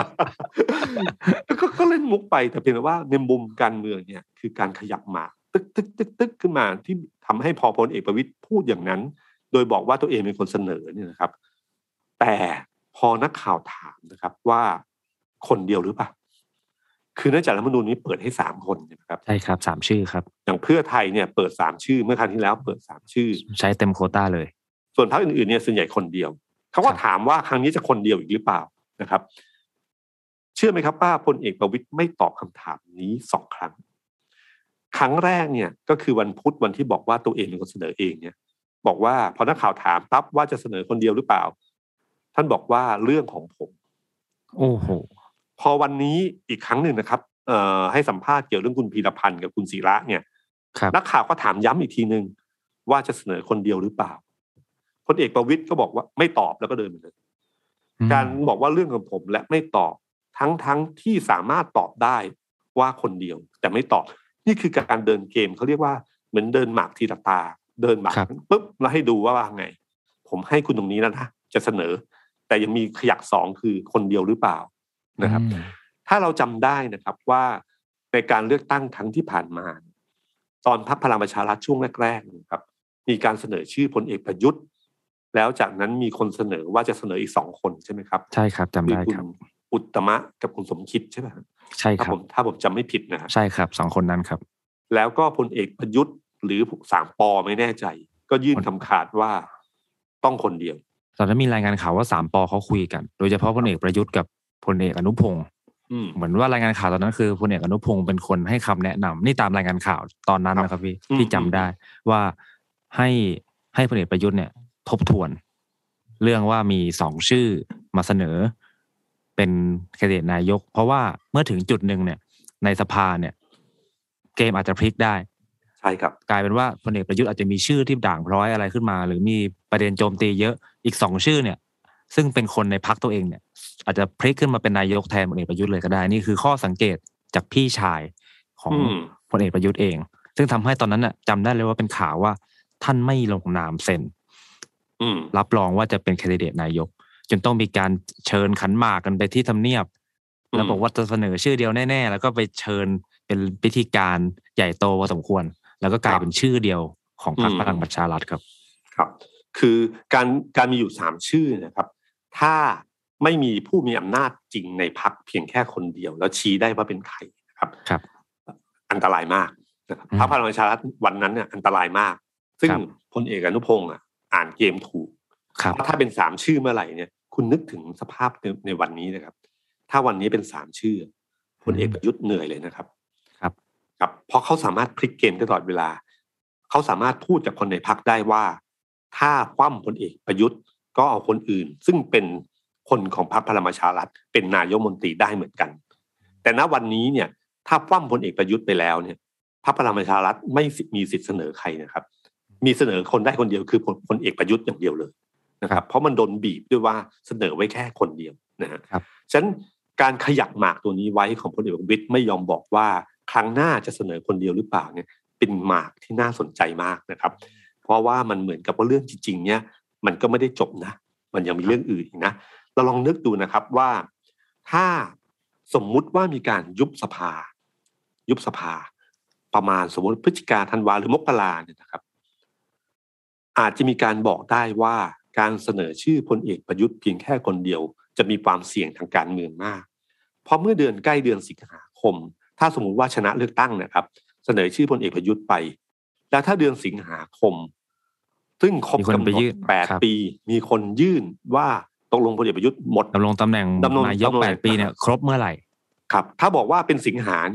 ก็เล่นมุกไปแต่เพียงแต่ว่าในมุมการเมืองเนี่ยคือการขยับมาตึกขึ้นมาที่ทำให้พอพลเอกประวิตรพูดอย่างนั้นโดยบอกว่าตัวเองเป็นคนเสนอเนี่ยนะครับแต่พอนักข่าวถามนะครับว่าคนเดียวหรือเปล่าคือเนื่องจากรัฐธรรมนูญนี้เปิดให้3คนนะครับใช่ครับ3ชื่อครับอย่างเพื่อไทยเนี่ยเปิด3ชื่อเมื่อครั้งที่แล้วเปิด3ชื่อใช้เต็มโควต้าเลยส่วนพรรคอื่นๆเนี่ยส่วนใหญ่คนเดียวเขาก็ถามว่าครั้งนี้จะคนเดียวอีกหรือเปล่านะครับเชื่อไหมครับว่าพลเอกประวิตรไม่ตอบคำถามนี้2ครั้งครั้งแรกเนี่ยก็คือวันพุธวันที่บอกว่าตัวเองเป็นคนเสนอเองเนี่ยบอกว่าพอนักข่าวถามปั๊บว่าจะเสนอคนเดียวหรือเปล่าท่านบอกว่าเรื่องของผมโอ้โหพอวันนี้อีกครั้งหนึ่งนะครับให้สัมภาษณ์เกี่ยวเรื่องคุณพีรพันธ์กับคุณศิระเนี่ยนักข่าวก็ถามย้ำอีกทีนึงว่าจะเสนอคนเดียวหรือเปล่าพลเอกประวิตรก็บอกว่าไม่ตอบแล้วก็เดินไปเลยการบอกว่าเรื่องของผมและไม่ตอบทั้งที่สามารถตอบได้ว่าคนเดียวแต่ไม่ตอบนี่คือการเดินเกมเขาเรียกว่าเหมือนเดินหมากทีละตาเดินหมากปุ๊บแล้วให้ดูว่าไงผมให้คุณตรงนี้แล้วนะจะเสนอแต่ยังมีขยัก2คือคนเดียวหรือเปล่านะครับถ้าเราจำได้นะครับว่าในการเลือกตั้งครั้งที่ผ่านมาตอนพรรคพลังประชารัฐช่วงแรกๆนะครับมีการเสนอชื่อพลเอกประยุทธ์แล้วจากนั้นมีคนเสนอว่าจะเสนออีก2คนใช่ไหมครับใช่ครับจำได้ครับอุตมะกับคุณสมคิดใช่ไหมใช่ครับถ้าผมจำไม่ผิดนะครับใช่ครับ2คนนั้นครับแล้วก็พลเอกประยุทธ์หรือ3ป.ไม่แน่ใจก็ยื่นคำขาดว่าต้องคนเดียวตอนนั้นมีรายงานข่าวว่า3ป.เขาคุยกันโดยเฉพาะพลเอกประยุทธ์กับพลเอกอนุพงศ์เหมือนว่ารายงานข่าวตอนนั้นคือพลเอกอนุพงศ์เป็นคนให้คำแนะนำนี่ตามรายงานข่าวตอนนั้นนะครับพี่ที่จำได้ว่าให้พลเอกประยุทธ์เนี่ยทบทวนเรื่องว่ามี2ชื่อมาเสนอเป็นแคนดิเดตนายกเพราะว่าเมื่อถึงจุดนึงเนี่ยในสภาเนี่ยเกมอาจจะพลิกได้ใช่ครับกลายเป็นว่าพลเอกประยุทธ์อาจจะมีชื่อที่ด่างพร้อยอะไรขึ้นมาหรือมีประเด็นโจมตีเยอะอีก2ชื่อเนี่ยซึ่งเป็นคนในพรรคตัวเองเนี่ยอาจจะพลิกขึ้นมาเป็นนายกแทนพลเอกประยุทธ์เลยก็ได้นี่คือข้อสังเกตจากพี่ชายของพลเอกประยุทธ์เองซึ่งทำให้ตอนนั้นน่ะจำได้เลยว่าเป็นข่าวว่าท่านไม่ลงนามเซ็นรับรองว่าจะเป็นแคนดิเดตนายกจนต้องมีการเชิญขันหมากกันไปที่ทำเนียบแล้วบอกว่าจะเสนอชื่อเดียวแน่ๆแล้วก็ไปเชิญเป็นพิธีการใหญ่โตพอสมควรแล้วก็กลายเป็นชื่อเดียวของพรรคพลังประชารัฐครับครับคือการมีอยู่3ชื่อนะครับถ้าไม่มีผู้มีอำนาจจริงในพรรคเพียงแค่คนเดียวแล้วชี้ได้ว่าเป็นใครนะครับอันตรายมากนะครับพรรคพลังประชารัฐวันนั้นเนี่ยอันตรายมากซึ่งพลเอกอนุพงศ์อ่านเกมถูกถ้าเป็น3ชื่อเมื่อไหร่เนี่ยคุณนึกถึงสภาพในวันนี้นะครับถ้าวันนี้เป็น3ชื่อพลเอกประยุทธ์เหนื่อยเลยนะครับครับเพราะเขาสามารถพลิกเกมตลอดเวลาเขาสามารถพูดกับคนในพรรคได้ว่าถ้าคว่ำพลเอกประยุทธ์ก็เอาคนอื่นซึ่งเป็นคนของพรรคพลังประชารัฐเป็นนายกรัฐมนตรีได้เหมือนกันแต่ณวันนี้เนี่ยถ้าคว่ำพลเอกประยุทธ์ไปแล้วเนี่ยพรรคพลังประชารัฐไม่มีสิทธิ์เสนอใครนะครับมีเสนอคนได้คนเดียวคือพลเอกประยุทธ์อย่างเดียวเลยนะครับเพราะมันโดนบีบด้วยว่าเสนอไว้แค่คนเดียวนะครับฉะนั้นการขยักหมากตัวนี้ไว้ของพลเอกประวิตรไม่ยอมบอกว่าครั้งหน้าจะเสนอคนเดียวหรือเปล่าเนี่ยเป็นหมากที่น่าสนใจมากนะครับเพราะว่ามันเหมือนกับว่าเรื่องจริงๆเนี่ยมันก็ไม่ได้จบนะมันยังมีเรื่องอื่นอีกนะเราลองนึกดูนะครับว่าถ้าสมมุติว่ามีการยุบสภาประมาณสมมติพฤศจิกาธันวาหรือมกราเนี่ยนะครับอาจจะมีการบอกได้ว่าการเสนอชื่อพลเอกประยุทธ์เพียงแค่คนเดียวจะมีความเสี่ยงทางการเมืองมากเพราะเมื่อเดือนใกล้เดือนสิงหาคมถ้าสมมุติว่าชนะเลือกตั้งนะครับเสนอชื่อพลเอกประยุทธ์ไปแล้วถ้าเดือนสิงหาคมซึ่งครบกำหนด8 ปีมีคนยื่นว่าตกลงพลเอกประยุทธ์หมดดำรงตำแหน่งนายก8 ปีเนี่ยครบเมื่อไหร่ครับถ้าบอกว่าเป็นสิงหาเนี่ย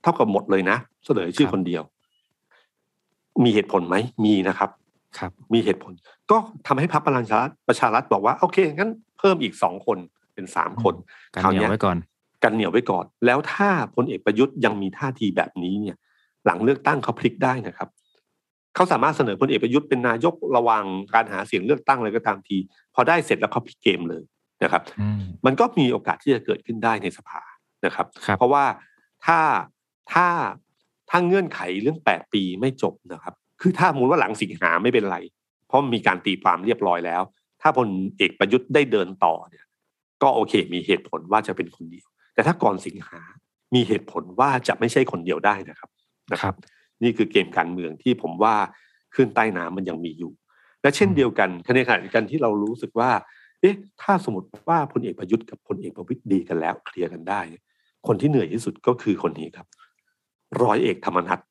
เท่ากับหมดเลยนะเสนอชื่อคนเดียวมีเหตุผลไหมมีนะครับมีเหตุผลก็ทำให้พรรคพลังประชารัฐบอกว่าโอเคงั้นเพิ่มอีก2คนเป็น3คนกันเหนียวไว้ก่อนแล้วถ้าพลเอกประยุทธ์ยังมีท่าทีแบบนี้เนี่ยหลังเลือกตั้งเขาพลิกได้นะครับเขาสามารถเสนอพลเอกประยุทธ์เป็นนายกระหว่างการหาเสียงเลือกตั้งอะไรก็ตามทีพอได้เสร็จแล้วเขาพลิกเกมเลยนะครับมันก็มีโอกาสที่จะเกิดขึ้นได้ในสภานะครับเพราะว่าถ้าเงื่อนไขเรื่อง8ปีไม่จบนะครับคือถ้าสมมติว่าหลังสิงหาไม่เป็นไรเพราะมีการตีความเรียบร้อยแล้วถ้าพลเอกประยุทธ์ได้เดินต่อเนี่ยก็โอเคมีเหตุผลว่าจะเป็นคนเดียวแต่ถ้าก่อนสิงหามีเหตุผลว่าจะไม่ใช่คนเดียวได้นะครับนี่คือเกมการเมืองที่ผมว่าขึ้นใต้น้ำมันยังมีอยู่และเช่นเดียวกันในขณะกันที่เรารู้สึกว่าถ้าสมมติว่าพลเอกประยุทธ์กับพลเอกประวิตรดีกันแล้วเคลียร์กันได้คนที่เหนื่อยที่สุดก็คือคนนี้ครับร้อยเอกธรรมนัส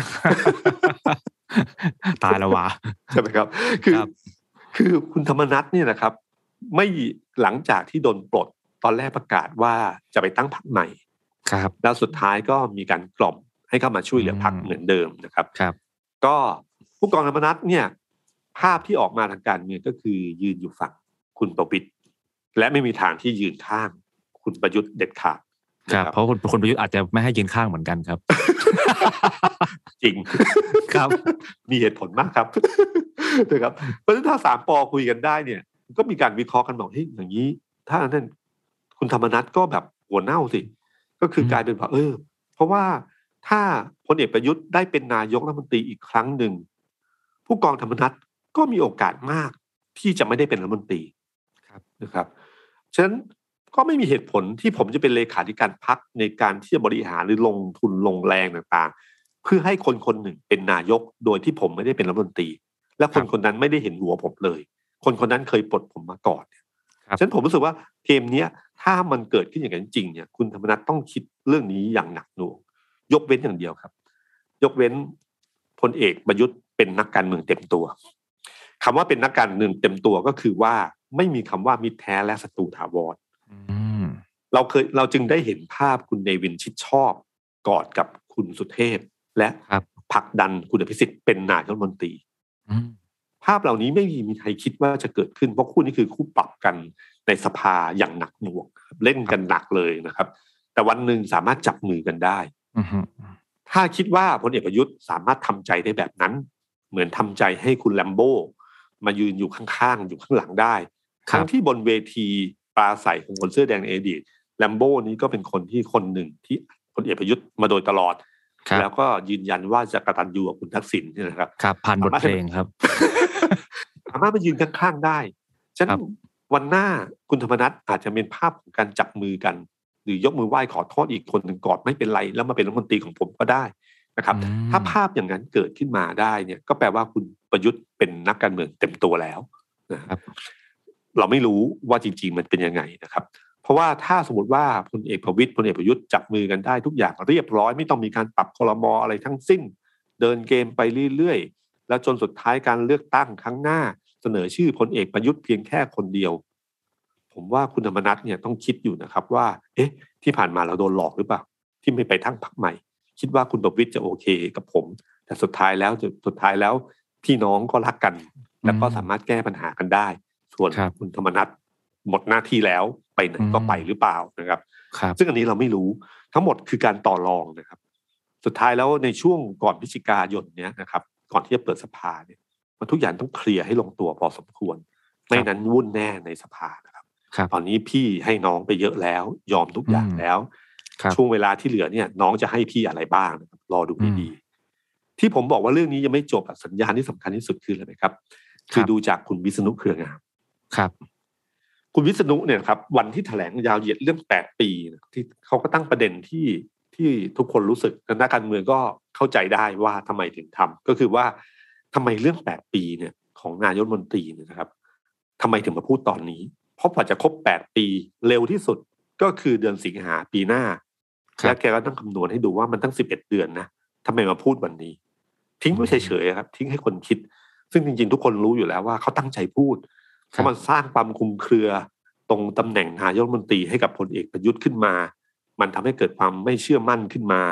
ตายแล้ววะใช่ไหมครับคือคุณธรรมนัสเนี่ยนะครับไม่หลังจากที่โดนปลดตอนแรกประกาศว่าจะไปตั้งพรรคใหม่แล้วสุดท้ายก็มีการกล่อมให้เข้ามาช่วยเหลือพรรคเหมือนเดิมนะครับก็ผู้กองธรรมนัสเนี่ยภาพที่ออกมาทางการเมืองก็คือยืนอยู่ฝั่งคุณประวิตรและไม่มีทางที่ยืนข้างคุณประยุทธ์เด็ดขาดครับเพราะคุณประยุทธ์อาจจะไม่ให้ยืนข้างเหมือนกันครับจริงครับมีเหตุผลมากครับนะครับเพราะฉะนั้นถ้า3 ป.คุยกันได้เนี่ยก็มีการวิเคราะห์กันบอกเฮ้ยอย่างนี้ถ้านั่นคุณธรรมนัสก็แบบหัวเน่าสิก็คือกลายเป็นว่าเพราะว่าถ้าพลเอกประยุทธ์ได้เป็นนายกรัฐมนตรีอีกครั้งหนึ่งผู้กองธรรมนัสก็มีโอกาสมากที่จะไม่ได้เป็นรัฐมนตรีนะครับฉะนั้นก็ไม่มีเหตุผลที่ผมจะเป็นเลขาธิการพรรคในการที่จะบริหารหรือลงทุนลงแรงต่างๆเพื่อให้คนคนหนึ่งเป็นนายกโดยที่ผมไม่ได้เป็นรัฐมนตรีและคนคนนั้นไม่ได้เห็นหัวผมเลยคนคนนั้นเคยปลดผมมาก่อนฉะนั้นผมรู้สึกว่าเกมนี้ถ้ามันเกิดขึ้นอย่างนั้นจริงเนี่ยคุณธรรมนัสต้องคิดเรื่องนี้อย่างหนักหน่วงยกเว้นอย่างเดียวครับยกเว้นพลเอกประยุทธ์เป็นนักการเมืองเต็มตัวคำว่าเป็นนักการเมืองเต็มตัวก็คือว่าไม่มีคำว่ามิตรแท้และศัตรูถาวรเราจึงได้เห็นภาพคุณเนวินชิดชอบกอดกับคุณสุเทพและผลักดันคุณอภิสิทธิ์เป็นนายกรัฐมนตรีภาพเหล่านี้ไม่มีใครคิดว่าจะเกิดขึ้นเพราะคู่นี้คือคู่ปรับกันในสภาอย่างหนักหน่วงเล่นกันหนักเลยนะครับแต่วันหนึ่งสามารถจับมือกันได้ถ้าคิดว่าพลเอกประยุทธ์สามารถทำใจได้แบบนั้นเหมือนทำใจให้คุณแลมโบ้มายืนอยู่ข้างๆอยู่ข้างหลังได้ทั้งที่บนเวทีปราศัยของคนเสื้อแดงในอดีตแลมโบ้นี้ก็เป็นคนหนึ่งที่พลเอกประยุทธ์มาโดยตลอดแล้วก็ยืนยันว่าจะกตัญญูกับคุณทักษิณนี่นะครับครับผ่านบทเพลงครับสามารถมายืนข้างๆได้ฉะนั้นวันหน้าคุณธรรมนัสอาจจะเป็นภาพของการจับมือกันหรือยกมือไหว้ขอโทษอีกคนหนึ่งก่อนไม่เป็นไรแล้วมาเป็นรัฐมนตรีของผมก็ได้นะครับถ้าภาพอย่างนั้นเกิดขึ้นมาได้เนี่ยก็แปลว่าคุณประยุทธ์เป็นนักการเมืองเต็มตัวแล้วนะครับเราไม่รู้ว่าจริงๆมันเป็นยังไงนะครับเพราะว่าถ้าสมมติว่าพลเอกประยุทธ์จับมือกันได้ทุกอย่างเรียบร้อยไม่ต้องมีการปรับครม.อะไรทั้งสิ้นเดินเกมไปเรื่อยๆแล้วจนสุดท้ายการเลือกตั้งครั้งหน้าเสนอชื่อพลเอกประยุทธ์เพียงแค่คนเดียวผมว่าคุณธรรมนัสเนี่ยต้องคิดอยู่นะครับว่าที่ผ่านมาเราโดนหลอกหรือเปล่าที่ไม่ไปตั้งพรรคใหม่คิดว่าคุณประวิตรจะโอเคกับผมแต่สุดท้ายแล้วพี่น้องก็รักกันแล้วก็สามารถแก้ปัญหากันได้ส่วนคุณธรรมนัสหมดหน้าที่แล้วไปไหนก็ไปหรือเปล่านะครับซึ่งอันนี้เราไม่รู้ทั้งหมดคือการต่อรองนะครับสุดท้ายแล้วในช่วงก่อนพฤศจิกายนเนี้ยนะครับก่อนที่จะเปิดสภาเนี่ยมันทุกอย่างต้องเคลียร์ให้ลงตัวพอสมควรไม่นั้นวุ่นแน่ในสภานะครับตอนนี้พี่ให้น้องไปเยอะแล้วยอมทุกอย่างแล้วช่วงเวลาที่เหลือเนี่ยน้องจะให้พี่อะไรบ้างนะครับรอดูดีๆที่ผมบอกว่าเรื่องนี้ยังไม่จบสัญญาณที่สำคัญที่สุดคืออะไรครับคือดูจากคุณวิษณุเครืองามครับคุณวิษณุเนี่ยครับวันที่แถลงยาวเหยียดเรื่อง8ปีที่เขาก็ตั้งประเด็นที่ทุกคนรู้สึกนักการเมืองก็เข้าใจได้ว่าทำไมถึงทำก็คือว่าทำไมเรื่อง8ปีเนี่ยของนายกรัฐมนตรีเนี่ยนะครับทำไมถึงมาพูดตอนนี้เพราะพอจะครบ8ปีเร็วที่สุดก็คือเดือนสิงหาปีหน้าแล้วแกก็ต้องคำนวณให้ดูว่ามันตั้ง11เดือนนะทำไมมาพูดวันนี้ทิ้งไว้เฉยๆครับทิ้งให้คนคิดซึ่งจริงๆทุกคนรู้อยู่แล้วว่าเขาตั้งใจพูดเพราะมันสร้างความคลุมเครือตรงตำแหน่งนายกรัฐมนตรีให้กับพลเอกประยุทธ์ขึ้นมามันทำให้เกิดความไม่เชื่อมั่นขึ้นมา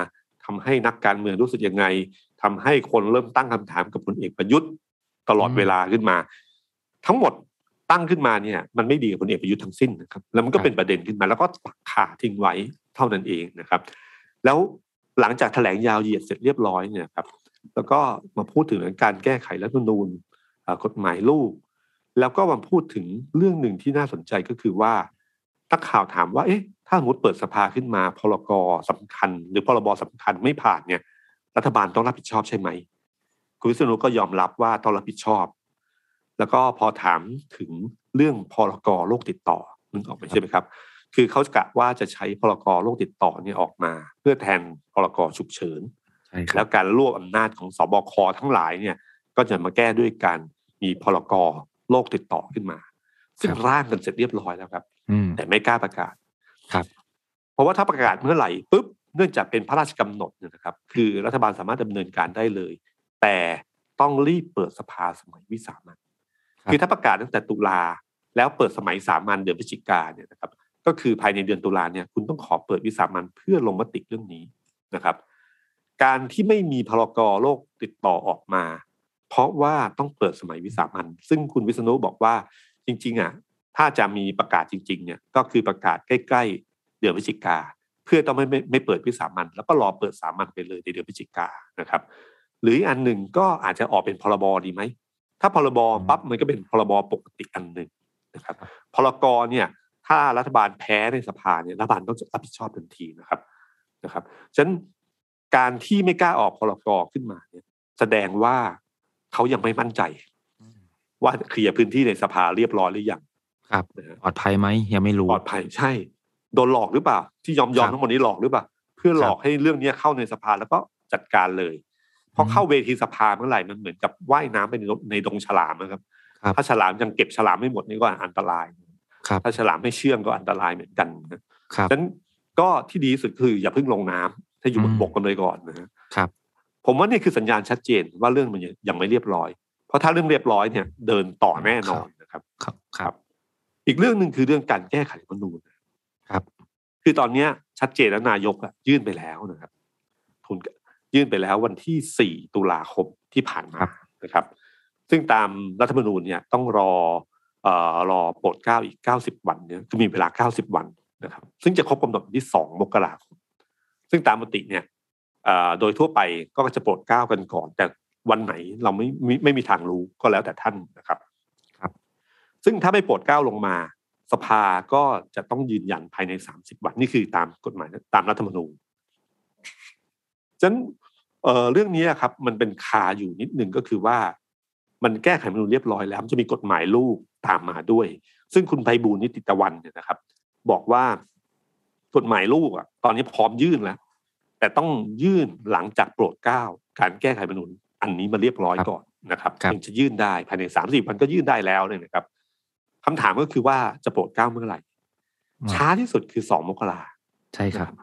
ทำให้นักการเมืองรู้สึกยังไงทำให้คนเริ่มตั้งคำถามกับพลเอกประยุทธ์ตลอดเวลาขึ้นมาทั้งหมดตั้งขึ้นมาเนี่ยมันไม่ดีกับพลเอกประยุทธ์ทั้งสิ้นนะครับแล้วมันก็เป็นประเด็นขึ้นมาแล้วก็ปักขาทิ้งไว้เท่านั้นเองนะครับแล้วหลังจากแถลงยาวเหยียดเสร็จเรียบร้อยเนี่ยครับแล้วก็มาพูดถึงการแก้ไขรัฐธรรมนูญกฎหมายลูกแล้วก็มาพูดถึงเรื่องหนึ่งที่น่าสนใจก็คือว่านักข่าวถามว่าถ้าสมมติเปิดสภาขึ้นมาพรกสำคัญหรือพรบสำคัญไม่ผ่านเนี่ยรัฐบาลต้องรับผิดชอบใช่ไหมคุณวิษณุก็ยอมรับว่าต้องรับผิดชอบแล้วก็พอถามถึงเรื่องพรกโรคติดต่อนึกออกไหมใช่ไหมครับคือเขากะว่าจะใช้พรกโรคติดต่อเนี่ยออกมาเพื่อแทนพรกฉุกเฉินแล้วการรวบอำนาจของสบคทั้งหลายเนี่ยก็จะมาแก้ด้วยการมีพรกโรคติดต่อขึ้นมาซึ่งร่างกันเสร็จเรียบร้อยแล้วครับแต่ไม่กล้าประกาศครับเพราะว่าถ้าประกาศเมื่อไหร่ปุ๊บเนื่องจากเป็นพระราชกำหนดนะครับคือรัฐบาลสามารถดำเนินการได้เลยแต่ต้องรีบเปิดสภาสมัยวิสามัญคือถ้าประกาศตั้งแต่ตุลาแล้วเปิดสมัยสามัญเดือนพฤศจิกายนเนี่ยนะครับก็คือภายในเดือนตุลาเนี่ยคุณต้องขอเปิดวิสามัญเพื่อลงมติเรื่องนี้นะครับการที่ไม่มีพรกโรคติดต่อออกมาเพราะว่าต้องเปิดสมัยวิสามัญซึ่งคุณวิษณุบอกว่าจริงๆถ้าจะมีประกาศจริงๆเนี่ยก็คือประกาศใกล้ๆเดือนพฤศจิกาเพื่อต้องไม่เปิดวิสามัญแล้วก็รอเปิดสามัญไปเลยในเดือนพฤศจิกานะครับหรืออันหนึ่งก็อาจจะออกเป็นพรบดีไหมถ้าพรบปั๊บมันก็เป็นพรบปกติอันหนึ่งนะครับพรกเนี่ยถ้ารัฐบาลแพ้ในสภาเนี่ยรัฐบาลต้องรับผิดชอบทันทีนะครับฉะนั้นการที่ไม่กล้าออกพรกขึ้นมาเนี่ยแสดงว่าเขายังไม่มั่นใจว่าเคลียร์พื้นที่ในสภาเรียบร้อยหรือยังครับปลอดภัยไหมยังไม่รู้ปลอดภัยใช่โดนหลอกหรือเปล่าที่ยอมทั้งหมดนี้หลอกหรือเปล่าเพื่อหลอกให้เรื่องนี้เข้าในสภาแล้วก็จัดการเลยพอเข้าเวทีสภาเมื่อไหร่มันเหมือนกับว่ายน้ำไปในดงฉลามนะครับถ้าฉลามยังเก็บฉลามไม่หมดนี่ก็อันตรายถ้าฉลามไม่เชื่องก็อันตรายเหมือนกันฉะนั้นก็ที่ดีสุดคืออย่าเพิ่งลงน้ำถ้าอยู่บนบกกันเลยก่อนนะครับผมว่านี่คือสัญญาณชัดเจนว่าเรื่องมันยังไม่เรียบร้อยเพราะถ้าเรื่องเรียบร้อยเนี่ยเดินต่อแน่นอนนะครับอีกเรื่องนึงคือเรื่องการแก้ไขรัฐธรรมนูญครับคือตอนนี้ชัดเจนแล้วนายกยื่นไปแล้วนะครับยื่นไปแล้ววันที่4ตุลาคมที่ผ่านมานะครับซึ่งตามรัฐธรรมนูญเนี่ยต้องรอโปรดเกล้าอีก90วันเนี่ยคือมีเวลา90วันนะครับซึ่งจะครบกำหนดวันที่2มกราคมซึ่งตามมติเนี่ยโดยทั่วไปก็จะโปรดเกล้ากันก่อนแต่วันไหนเราไม่มีทางรู้ก็แล้วแต่ท่านนะครับซึ่งถ้าไม่โปรดเกล้าลงมาสภาก็จะต้องยืนยันภายใน30วันนี่คือตามกฎหมายตามรัฐธรรมนูญฉะนั้นเรื่องนี้ครับมันเป็นคาอยู่นิดนึงก็คือว่ามันแก้ไขรัฐธรรมนูญเรียบร้อยแล้วจะมีกฎหมายลูกตามมาด้วยซึ่งคุณไพบูลย์นิติตะวันเนี่ยนะครับบอกว่ากฎหมายลูกตอนนี้พร้อมยื่นแล้วแต่ต้องยื่นหลังจากโปรดเกล้าการแก้ไขรัฐธรรมนูญอันนี้มาเรียบร้อยก่อนนะครับถึงจะยื่นได้ภายใน30วันก็ยื่นได้แล้วเนี่ยนะครับคำถามก็คือว่าจะโปรดเกล้าเมื่อไหร่ช้าที่สุดคือ2มกราใช่ครับ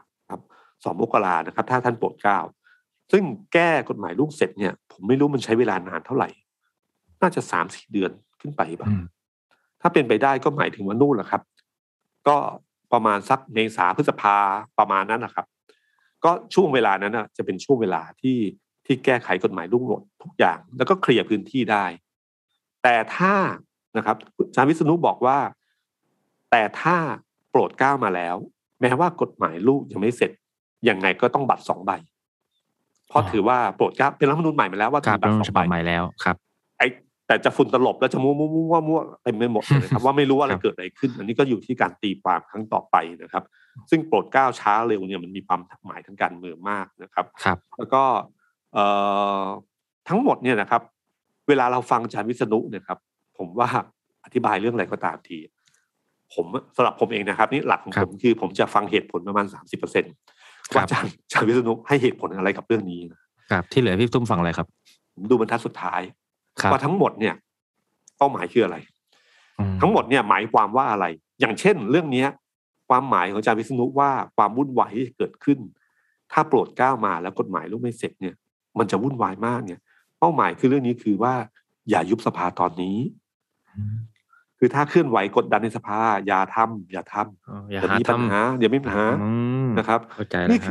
2มกรานะครับถ้าท่านโปรดเกล้าซึ่งแก้กฎหมายลูกเสร็จเนี่ยผมไม่รู้มันใช้เวลานานเท่าไหร่น่าจะ 3-4 เดือนขึ้นไปบ้างถ้าเป็นไปได้ก็หมายถึงว่านู่นแหละครับก็ประมาณสักเมษาพฤษภาประมาณนั้นนะครับก็ช่วงเวลานั้นจะเป็นช่วงเวลาที่แก้ไขกฎหมายลูกหมดทุกอย่างแล้วก็เคลียร์พื้นที่ได้แต่ถ้านะครับอาจารย์วิษณุบอกว่าแต่ถ้าโปรดเกล้ามาแล้วแม้ว่ากฎหมายลูกยังไม่เสร็จยังไงก็ต้องบัตร2ใบเพราะถือว่าโปรดเกล้าเป็นรัฐธรรมนูญใหม่มาแล้วว่าถือบัตร2ใบใหม่แล้วครับแต่จะฝุ่นตลบแล้วจะมั่วเต็มไปหมดเลยครับว่าไม่รู้ว่าอะไรเกิดอะไรขึ้นอันนี้ก็อยู่ที่การตีความครั้งต่อไปนะครับซึ่งโปรดเกล้าช้าเร็วเนี่ยมันมีความหมายทางการเมืองมากนะครับแล้วก็ทั้งหมดเนี่ยนะครับเวลาเราฟังอาจารย์วิษณุเนี่ยครับผมว่าอธิบายเรื่องอะไรก็ตามทีผมสำหรับผมเองนะครับนี่หลักของผมคือผมจะฟังเหตุผลประมาณ 30% ว่าอาจารย์วิษณุให้เหตุผลอะไรกับเรื่องนี้ครับที่เหลือพี่ตุ้มฟังอะไรครับผมดูบรรทัดสุดท้ายว่าทั้งหมดเนี่ยเป้าหมายคืออะไรทั้งหมดเนี่ยหมายความว่าอะไรอย่างเช่นเรื่องนี้ความหมายของอาจารย์วิษณุว่าความวุ่นวายที่เกิดขึ้นถ้าโปรดเกล้ามาแล้วกฎหมายลูกไม่เสร็จเนี่ยมันจะวุ่นวายมากเนี่ยเป้าหมายคือเรื่องนี้คือว่าอย่ายุบสภาตอนนี้คือถ้าเคลื่อนไหวกดดันในสภาอย่าทำเดี๋ยวมีปัญหานะครับ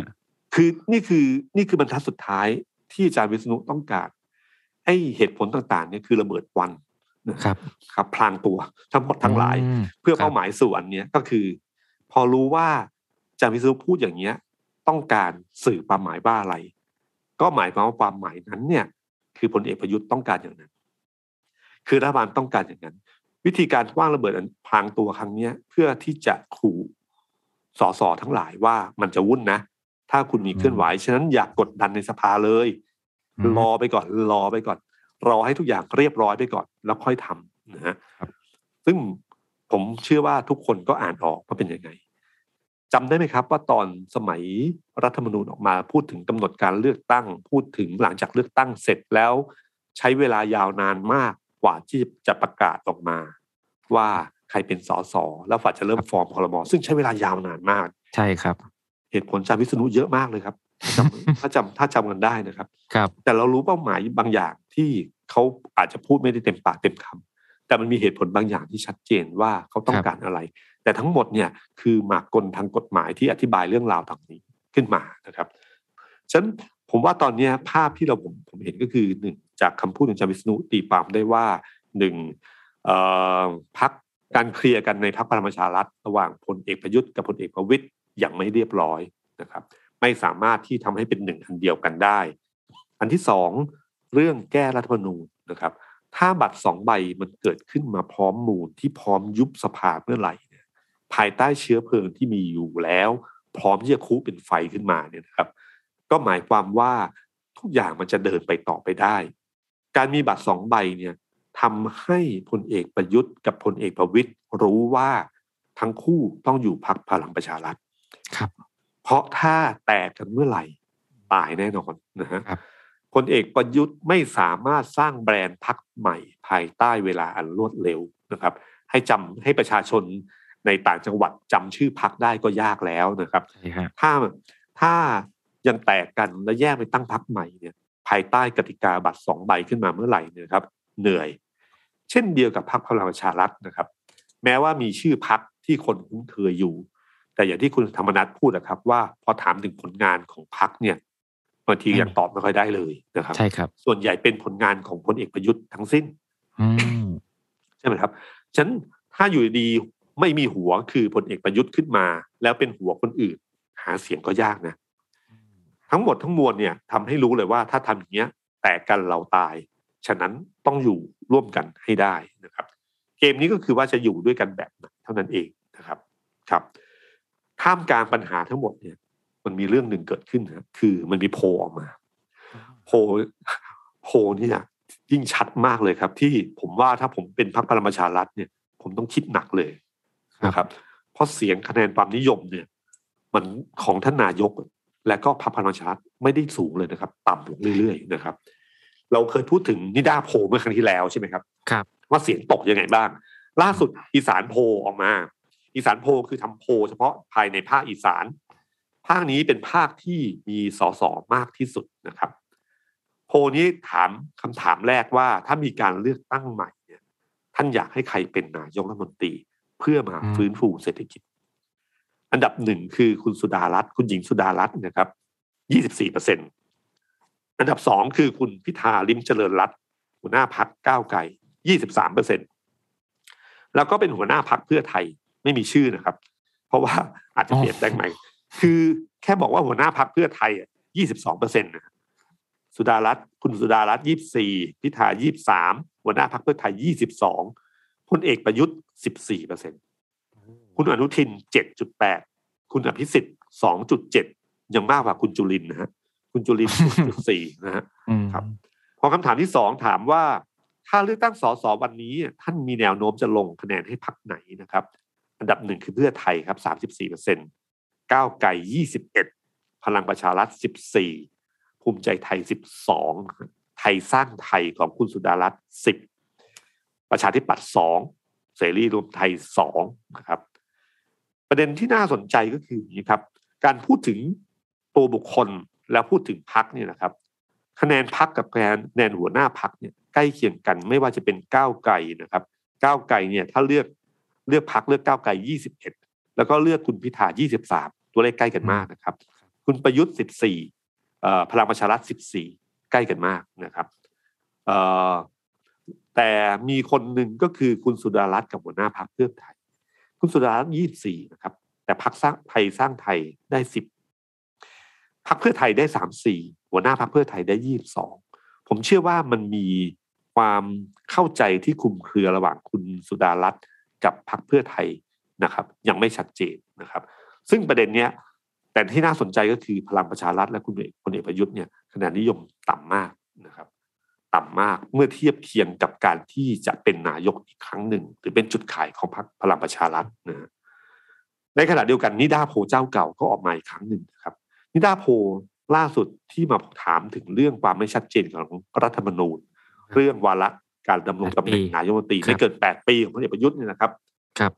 คือนี่คือบรรทัดสุดท้ายที่อาจารย์วิษณุต้องการไอ้เหตุผลต่างๆเนี่ยคือระเบิดควันครับพลางตัวทั้งหมดทั้งหลายเพื่อเป้าหมายสู่อันเนี้ยก็คือพอรู้ว่าอาจารย์วิษณุพูดอย่างเงี้ยต้องการสื่อความหมายว่าอะไรก็หมายความว่าความหมายนั้นเนี่ยคือพลเอกประยุทธ์ต้องการอย่างนั้นคือรัฐบาลต้องการอย่างนั้นวิธีการขว้างระเบิดพลางตัวครั้งนี้เพื่อที่จะขู่สสทั้งหลายว่ามันจะวุ่นนะถ้าคุณมีเคลื่อนไหวฉะนั้นอย่ากกดดันในสภาเลยรอไปก่อนรอให้ทุกอย่างเรียบร้อยไปก่อนแล้วค่อยทำนะฮะซึ่งผมเชื่อว่าทุกคนก็อ่านออกว่าเป็นยังไงจำได้ไหมครับว่าตอนสมัยรัฐธรรมนูญออกมาพูดถึงกำหนดการเลือกตั้งพูดถึงหลังจากเลือกตั้งเสร็จแล้วใช้เวลายาวนานมากกว่าที่จะประกาศออกมาว่าใครเป็นสสแล้วฝ่ายจะเริ่มฟอร์มครม.ซึ่งใช้เวลายาวนานมากใช่ครับเหตุผลอาจารย์วิษณุเยอะมากเลยครับถ้าจำกันได้นะครับแต่เรารู้เป้าหมายบางอย่างที่เขาอาจจะพูดไม่ได้เต็มปากเต็มคำแต่มันมีเหตุผลบางอย่างที่ชัดเจนว่าเขาต้องการอะไรแต่ทั้งหมดเนี่ยคือหมากกลทางกฎหมายที่อธิบายเรื่องราวต่างนี้ขึ้นมานะครับฉะนั้นผมว่าตอนนี้ภาพที่ผมเห็นก็คือหนึ่งจากคำพูดของอาจารย์วิษณุตีความได้ว่าหนึ่งพรรคการเคลียร์กันในพรรคพลังประชารัฐระหว่างพลเอกประยุทธ์กับพลเอกประวิตรยังไม่เรียบร้อยนะครับไม่สามารถที่ทำให้เป็นหนึ่งอันเดียวกันได้อันที่สองเรื่องแก้รัฐธรรมนูญนะครับถ้าบัตร2ใบมันเกิดขึ้นมาพร้อมมูลที่พร้อมยุบสภาเมื่อไหร่เนี่ยภายใต้เชื้อเพลิงที่มีอยู่แล้วพร้อมที่จะคุเป็นไฟขึ้นมาเนี่ยนะครับก็หมายความว่าทุกอย่างมันจะเดินไปต่อไปได้การมีบัตร2ใบเนี่ยทำให้พลเอกประยุทธ์กับพลเอกประวิตรรู้ว่าทั้งคู่ต้องอยู่พรรคพลังประชารัฐครับเพราะถ้าแตกกันเมื่อไหร่ตายแน่นอนนะฮะพลเอกประยุทธ์ไม่สามารถสร้างแบรนด์พรรคใหม่ภายใต้เวลาอันรวดเร็วนะครับให้ประชาชนในต่างจังหวัดจำชื่อพรรคได้ก็ยากแล้วนะครับถ้ายังแตกกันและแยกไปตั้งพรรคใหม่เนี่ยภายใต้กติกาบัตร2ใบขึ้นมาเมื่อไหร่เนี่ยครับเหนื่อยเช่นเดียวกับพรรคพลังประชารัฐนะครับแม้ว่ามีชื่อพรรคที่คนคุ้นเคยอยู่แต่อย่างที่คุณธรรมนัสพูดนะครับว่าพอถามถึงผลงานของพรรคเนี่ยบางทียังตอบไม่ค่อยได้เลยนะครับใช่ครับส่วนใหญ่เป็นผลงานของพลเอกประยุทธ์ทั้งสิ้นใช่ไหมครับฉะนั้นถ้าอยู่ดีไม่มีหัวคือพลเอกประยุทธ์ขึ้นมาแล้วเป็นหัวคนอื่นหาเสียงก็ยากนะทั้งหมดทั้งมวลเนี่ยทำให้รู้เลยว่าถ้าทำอย่างเงี้ยแตกกันเราตายฉะนั้นต้องอยู่ร่วมกันให้ได้นะครับเกมนี้ก็คือว่าจะอยู่ด้วยกันแบบไหนเท่านั้นเองนะครับครับท่ามกลางปัญหาทั้งหมดเนี่ยมันมีเรื่องหนึ่งเกิดขึ้นนะคือมันมีโพลออกมาโพลนี่นะยิ่งชัดมากเลยครับที่ผมว่าถ้าผมเป็นพรรคพลังประชารัฐเนี่ยผมต้องคิดหนักเลยนะครับเพราะเสียงคะแนนความนิยมเนี่ยมันของท่านนายกและก็พรรคพลังประชารัฐไม่ได้สูงเลยนะครับต่ำลงเรื่อยๆนะครับเราเคยพูดถึงนิด้าโพลเมื่อครั้งที่แล้วใช่ไหมครับว่าเสียงตกยังไงบ้างล่าสุดอีสานโพลออกมาอีสานโพลคือทำโพลเฉพาะภายในภาคอีสานภาคนี้เป็นภาคที่มีสสมากที่สุดนะครับโพลนี้ถามคำถามแรกว่าถ้ามีการเลือกตั้งใหม่เนี่ยท่านอยากให้ใครเป็นนายกรัฐมนตรีเพื่อมาฟื้นฟูเศรษฐกิจอันดับหนึ่งคือคุณสุดารัตน์คุณหญิงสุดารัตน์นะครับ 24% อันดับสองคือคุณพิธาลิ้มเจริญรัตน์หัวหน้าพรรคก้าวไกล 23% แล้วก็เป็นหัวหน้าพรรคเพื่อไทยไม่มีชื่อนะครับเพราะว่าอาจจะเปลี่ยนแปลงใหม่คือแค่บอกว่าหัวหน้าพรรคเพื่อไทย 22% นะสุดารัตน์คุณสุดารัตน์ 24% พิธา 23% หัวหน้าพรรคเพื่อไทย 22% พลเอกประยุทธ์ 14% คุณอนุทิน 7.8 คุณอภิสิทธิ์ 2.7 ยังมากกว่าคุณจุลินทร์นะฮะคุณจุลินทร์ 0.4 นะฮะครับพอคำถามที่2ถามว่าถ้าเลือกตั้งสสวันนี้ท่านมีแนวโน้มจะลงคะแนนให้พรรคไหนนะครับอันดับ1คือเพื่อไทยครับ 34% ก้าวไกล 21% พลังประชารัฐ 14% ภูมิใจไทย 12% ไทยสร้างไทยของคุณสุดารัตน์ 10% ประชาธิปัตย์ 2% เสรีรวมไทย 2% นะครับประเด็นที่น่าสนใจก็คืออย่างนี้ครับการพูดถึงตัวบุคคลแล้วพูดถึงพรรคเนี่ยนะครับคะแนนพรรคกับคะแนนหัวหน้าพรรคเนี่ยใกล้เคียงกันไม่ว่าจะเป็นก้าวไกลนะครับก้าวไกลเนี่ยถ้าเลือกพรรคเลือกก้าวไกล 21แล้วก็เลือกคุณพิธา 23ตัวเลขใกล้กันมากนะครับคุณประยุทธ์14พลังประชารัฐ14ใกล้กันมากนะครับแต่มีคนหนึ่งก็คือคุณสุดารัตน์กับหัวหน้าพรรคเพื่อไทยคุณสุดารัตน์24นะครับแต่พรรคสร้างไทยได้10พรรคเพื่อไทยได้34หัวหน้าพรรคเพื่อไทยได้22ผมเชื่อว่ามันมีความเข้าใจที่คลุมเครือระหว่างคุณสุดารัตน์กับพรรคเพื่อไทยนะครับยังไม่ชัดเจนนะครับซึ่งประเด็นเนี้ยแต่ที่น่าสนใจก็คือพลังประชารัฐและคุณพลเอกประยุทธ์เนี่ยคะแนนนิยมต่ำมากนะครับต่ำมากเมื่อเทียบเคียงกับการที่จะเป็นนายกอีกครั้งหนึ่งหรือเป็นจุดขายของพรรคพลังประชารัฐนะในขณะเดียวกันนิดาโพเจ้าเก่าก็ออกมาอีกครั้งหนึ่งนะครับนิดาโพล่าสุดที่มาถามถึงเรื่องความไม่ชัดเจนของรัฐธรรมนูญเรื่องวาระการดำรงตำแหน่งนายกรัฐมนตรีไม่เกิน8 ปีของพลเอกประยุทธ์เนี่ยนะครับครับ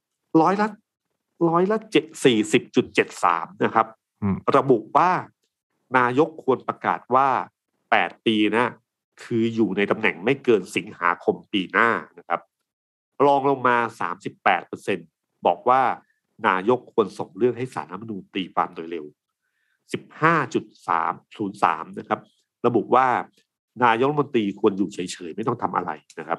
40.73นะครับระบุว่านายกควรประกาศว่า8 ปีนะคืออยู่ในตำแหน่งไม่เกินสิงหาคมปีหน้านะครับรองลงมา 38% บอกว่านายกควรส่งเรื่องให้ศาลรัฐธรรมนูญตีความโดยเร็ว 15.303 นะครับระบุว่านายกรัฐมนตรีควรอยู่เฉยๆไม่ต้องทำอะไรนะครับ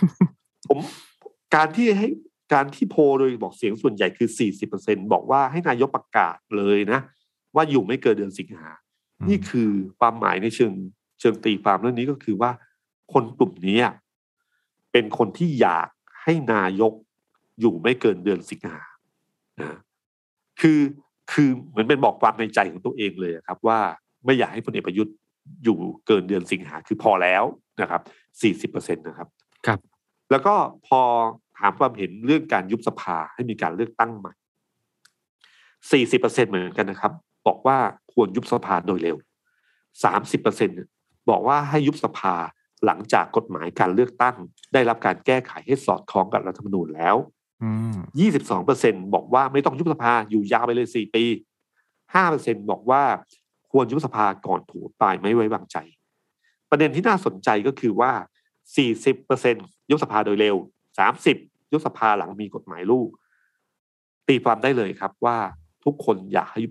การที่โพลโดยบอกเสียงส่วนใหญ่คือ 40% บอกว่าให้นายกประกาศเลยนะว่าอยู่ไม่เกินเดือนสิงหานี่คือความหมายในเชิงตีความเรื่องนี้ก็คือว่าคนกลุ่มนี้เป็นคนที่อยากให้นายกอยู่ไม่เกินเดือนสิงหานะคือเหมือนเป็นบอกความในใจของตัวเองเลยครับว่าไม่อยากให้พลเอกประยุทธ์อยู่เกินเดือนสิงหาคือพอแล้วนะครับ 40% นะครับครับแล้วก็พอถามความเห็นเรื่องการยุบสภาให้มีการเลือกตั้งใหม่ 40% เหมือนกันนะครับบอกว่าควรยุบสภาโดยเร็ว 30% บอกว่าให้ยุบสภาหลังจากกฎหมายการเลือกตั้งได้รับการแก้ไขให้สอดคล้องกับรัฐธรรมนูญแล้ว 22% บอกว่าไม่ต้องยุบสภาอยู่ยาวไปเลย4 ปี 5% บอกว่าควรยุบสภาก่อนถูกอภิปรายไม่ไว้วางใจประเด็นที่น่าสนใจก็คือว่า 40% ยุบสภาโดยเร็ว 30% ยุบสภาหลังมีกฎหมายลูกตีความได้เลยครับว่าทุกคนอยากให้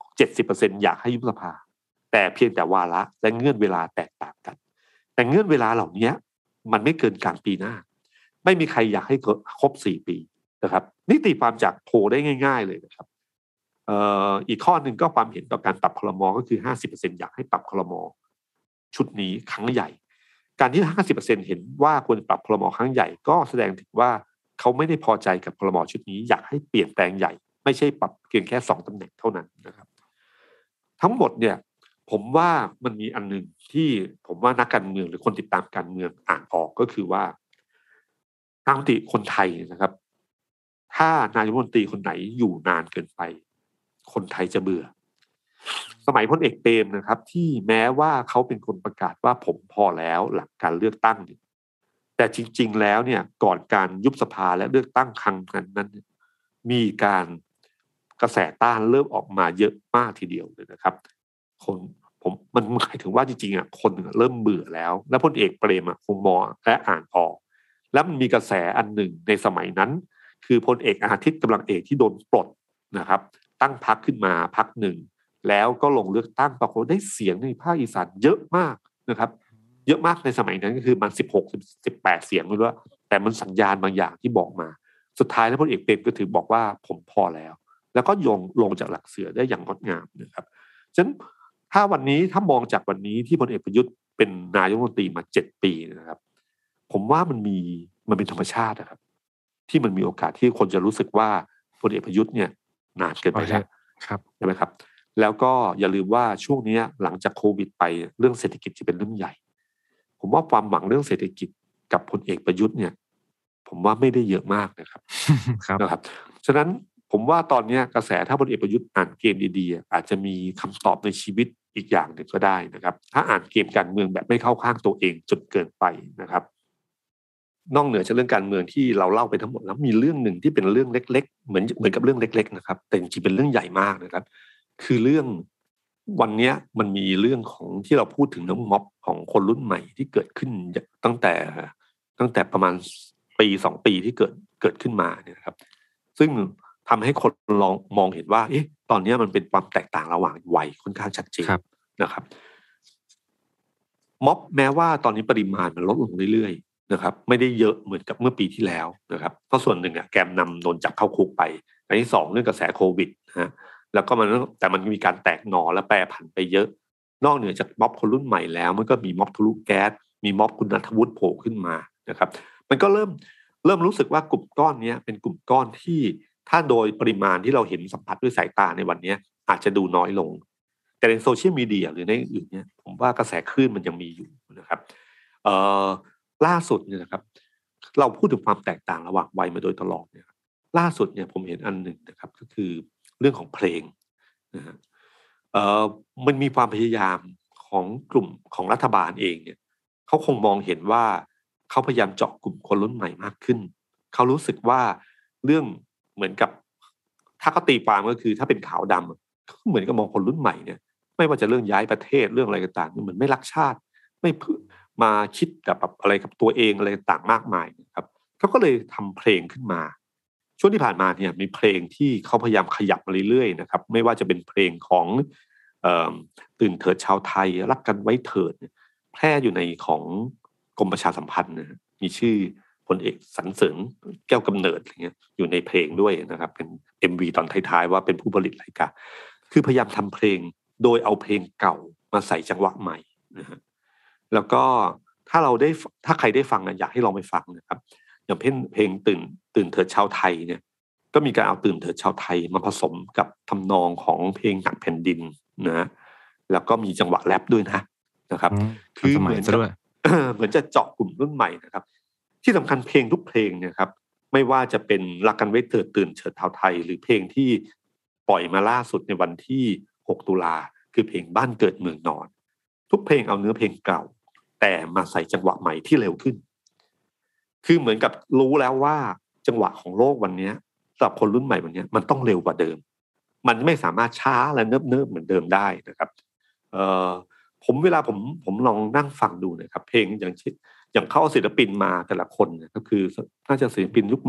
70% อยากให้ยุบสภาแต่เพียงแต่วาระและเงื่อนเวลาแตกต่างกันแต่เงื่อนเวลาเหล่านี้มันไม่เกินกลางปีหน้าไม่มีใครอยากให้ครบ4 ปีนะครับนี่ตีความจากโพลได้ง่ายๆเลยนะครับอีกข้อหนึ่งก็ความเห็นต่อการปรับครม.ก็คือ 50% อยากให้ปรับครม.ชุดนี้ครั้งใหญ่การที่ 50% เห็นว่าควรปรับครม.ครั้งใหญ่ก็แสดงถึงว่าเขาไม่ได้พอใจกับครม.ชุดนี้อยากให้เปลี่ยนแปลงใหญ่ไม่ใช่ปรับเพียงแค่2 ตำแหน่งเท่านั้นนะครับทั้งหมดเนี่ยผมว่ามันมีอันนึงที่ผมว่านักการเมืองหรือคนติดตามการเมืองอ่านออกก็คือว่าตามปกติคนไทยนะครับถ้านายกรัฐมนตรีคนไหนอยู่นานเกินไปคนไทยจะเบื่อสมัยพลเอกเปรมนะครับที่แม้ว่าเขาเป็นคนประกาศว่าผมพอแล้วหลังการเลือกตั้งแต่จริงๆแล้วเนี่ยก่อนการยุบสภาและเลือกตั้งครั้งนั้นมีการกระแสต้านเริ่มออกมาเยอะมากทีเดียวเลยนะครับมันหมายถึงว่าจริงๆคนเริ่มเบื่อแล้วและพลเอกเปรมคงมองและอ่านออกแล้วมันมีกระแสอันหนึ่งในสมัยนั้นคือพลเอกอาทิตย์กำลังเอกที่โดนปลดนะครับตั้งพรรคขึ้นมาพรรคหนึ่งแล้วก็ลงเลือกตั้งปรากฏได้เสียงในภาคอีสานเยอะมากนะครับเยอะมากในสมัยนั้นก็คือมัน16-18 เสียงไม่รู้ว่าแต่มันสัญญาณบางอย่างที่บอกมาสุดท้ายแล้วพลเอกเปรมก็ถือบอกว่าผมพอแล้วก็ลงจากหลักเสือได้อย่างงดงามนะครับฉะนั้นถ้ามองจากวันนี้ที่พลเอกประยุทธ์เป็นนายกรัฐมนตรีมา7 ปีนะครับผมว่ามันเป็นธรรมชาตินะครับที่มันมีโอกาสที่คนจะรู้สึกว่าพลเอกประยุทธ์เนี่ยนานเกินไปแล้วใช่ไหมครับแล้วก็อย่าลืมว่าช่วงนี้หลังจากโควิดไปเรื่องเศรษฐกิจจะเป็นเรื่องใหญ่ผมว่าความหวังเรื่องเศรษฐกิจกับพลเอกประยุทธ์เนี่ยผมว่าไม่ได้เยอะมากนะครับนะครับฉะนั้นผมว่าตอนนี้กระแสถ้าพลเอกประยุทธ์อ่านเกมดีๆอาจจะมีคำตอบในชีวิตอีกอย่างหนึ่งก็ได้นะครับถ้าอ่านเกมการเมืองแบบไม่เข้าข้างตัวเองจนเกินไปนะครับนอกเหนือจากเรื่องการเมืองที่เราเล่าไปทั้งหมดแล้วมีเรื่องหนึ่งที่เป็นเรื่องเล็กๆเหมือนกับเรื่องเล็กๆนะครับแต่จริงๆเป็นเรื่องใหญ่มากนะครับคือเรื่องวันนี้มันมีเรื่องของที่เราพูดถึงน้องม็อบของคนรุ่นใหม่ที่เกิดขึ้นตั้งแต่ประมาณ1-2 ปีที่เกิดขึ้นมาเนี่ยครับซึ่งทำให้คนลองมองเห็นว่าตอนนี้มันเป็นความแตกต่างระหว่างวัยค่อนข้างชัดเจนนะครับม็อบแม้ว่าตอนนี้ปริมาณมันลดลงเรื่อยๆนะครับไม่ได้เยอะเหมือนกับเมื่อปีที่แล้วนะครับเพราะส่วนหนึ่งแกมนำโดนจับเข้าคุกไปอันที่2เรื่องกระแสโควิดนะฮะแล้วก็แต่มันมีการแตกหน่อและแปรผันไปเยอะนอกเหนือจากม็อบคนรุ่นใหม่แล้วมันก็มีม็อบทะลุแก๊สมีม็อบคุณณัฐวุฒิโผล่ขึ้นมานะครับมันก็เริ่มรู้สึกว่ากลุ่มก้อนนี้เป็นกลุ่มก้อนที่ถ้าโดยปริมาณที่เราเห็นสัมผัสด้วยสายตาในวันนี้อาจจะดูน้อยลงแต่ในโซเชียลมีเดียหรือในอื่นเนี่ยผมว่ากระแสคลื่นมันยังมีอยู่นะครับล่าสุดเนี่ยนะครับเราพูดถึงความแตกต่างระหว่างวัยมาโดยตลอดเนี่ยล่าสุดเนี่ยผมเห็นอันหนึ่งนะครับก็คือเรื่องของเพลงนะฮะมันมีความพยายามของกลุ่มของรัฐบาลเองเนี่ยเขาคงมองเห็นว่าเขาพยายามเจาะกลุ่มคนรุ่นใหม่มากขึ้นเขารู้สึกว่าเรื่องเหมือนกับถ้าเขาตีความก็คือถ้าเป็นขาวดำเหมือนกับมองคนรุ่นใหม่เนี่ยไม่ว่าจะเรื่องย้ายประเทศเรื่องอะไรต่างๆเหมือนไม่รักชาติไม่มาคิดกับอะไรกับตัวเองอะไรต่างมากมายนะครับเขาก็เลยทำเพลงขึ้นมาช่วงที่ผ่านมาเนี่ยมีเพลงที่เขาพยายามขยับมาเรื่อยๆนะครับไม่ว่าจะเป็นเพลงของตื่นเถิดชาวไทยรักกันไว้เถิดแพร่อยู่ในของกรมประชาสัมพันธ์นะมีชื่อพลเอกสรรเสริญแก้วกำเนิดอะไรเงี้ยอยู่ในเพลงด้วยนะครับเป็น MV ตอนท้ายๆว่าเป็นผู้ผลิตรายการคือพยายามทำเพลงโดยเอาเพลงเก่ามาใส่จังหวะใหม่นะฮะแล้วก็ถ้าใครได้ฟังอยากให้ลองไปฟังนะครับอย่างเพลงตื่นเถิดชาวไทยเนี่ยก็มีการเอาตื่นเถิดชาวไทยมาผสมกับทำนองของเพลงหนักแผ่นดินนะแล้วก็มีจังหวะแรปด้วยนะครับคือเหมือนจะเจาะกลุ่มรุ่นใหม่นะครับที่สำคัญเพลงทุกเพลงเนี่ยครับไม่ว่าจะเป็นรักกันไว้เถิดตื่นเถิดชาวไทยหรือเพลงที่ปล่อยมาล่าสุดในวันที่6 ตุลาคือเพลงบ้านเกิดเมืองนอนทุกเพลงเอาเนื้อเพลงเก่าแต่มาใส่จังหวะใหม่ที่เร็วขึ้นคือเหมือนกับรู้แล้วว่าจังหวะของโลกวันนี้สำหรับคนรุ่นใหม่วันนี้มันต้องเร็วกว่าเดิมมันไม่สามารถช้าและเนิบๆเหมือนเดิมได้นะครับเวลาผมลองนั่งฟังดูนะครับเพลงอย่างเข้าศิลปินมาแต่ละคนก็คือน่าจะศิลปินยุค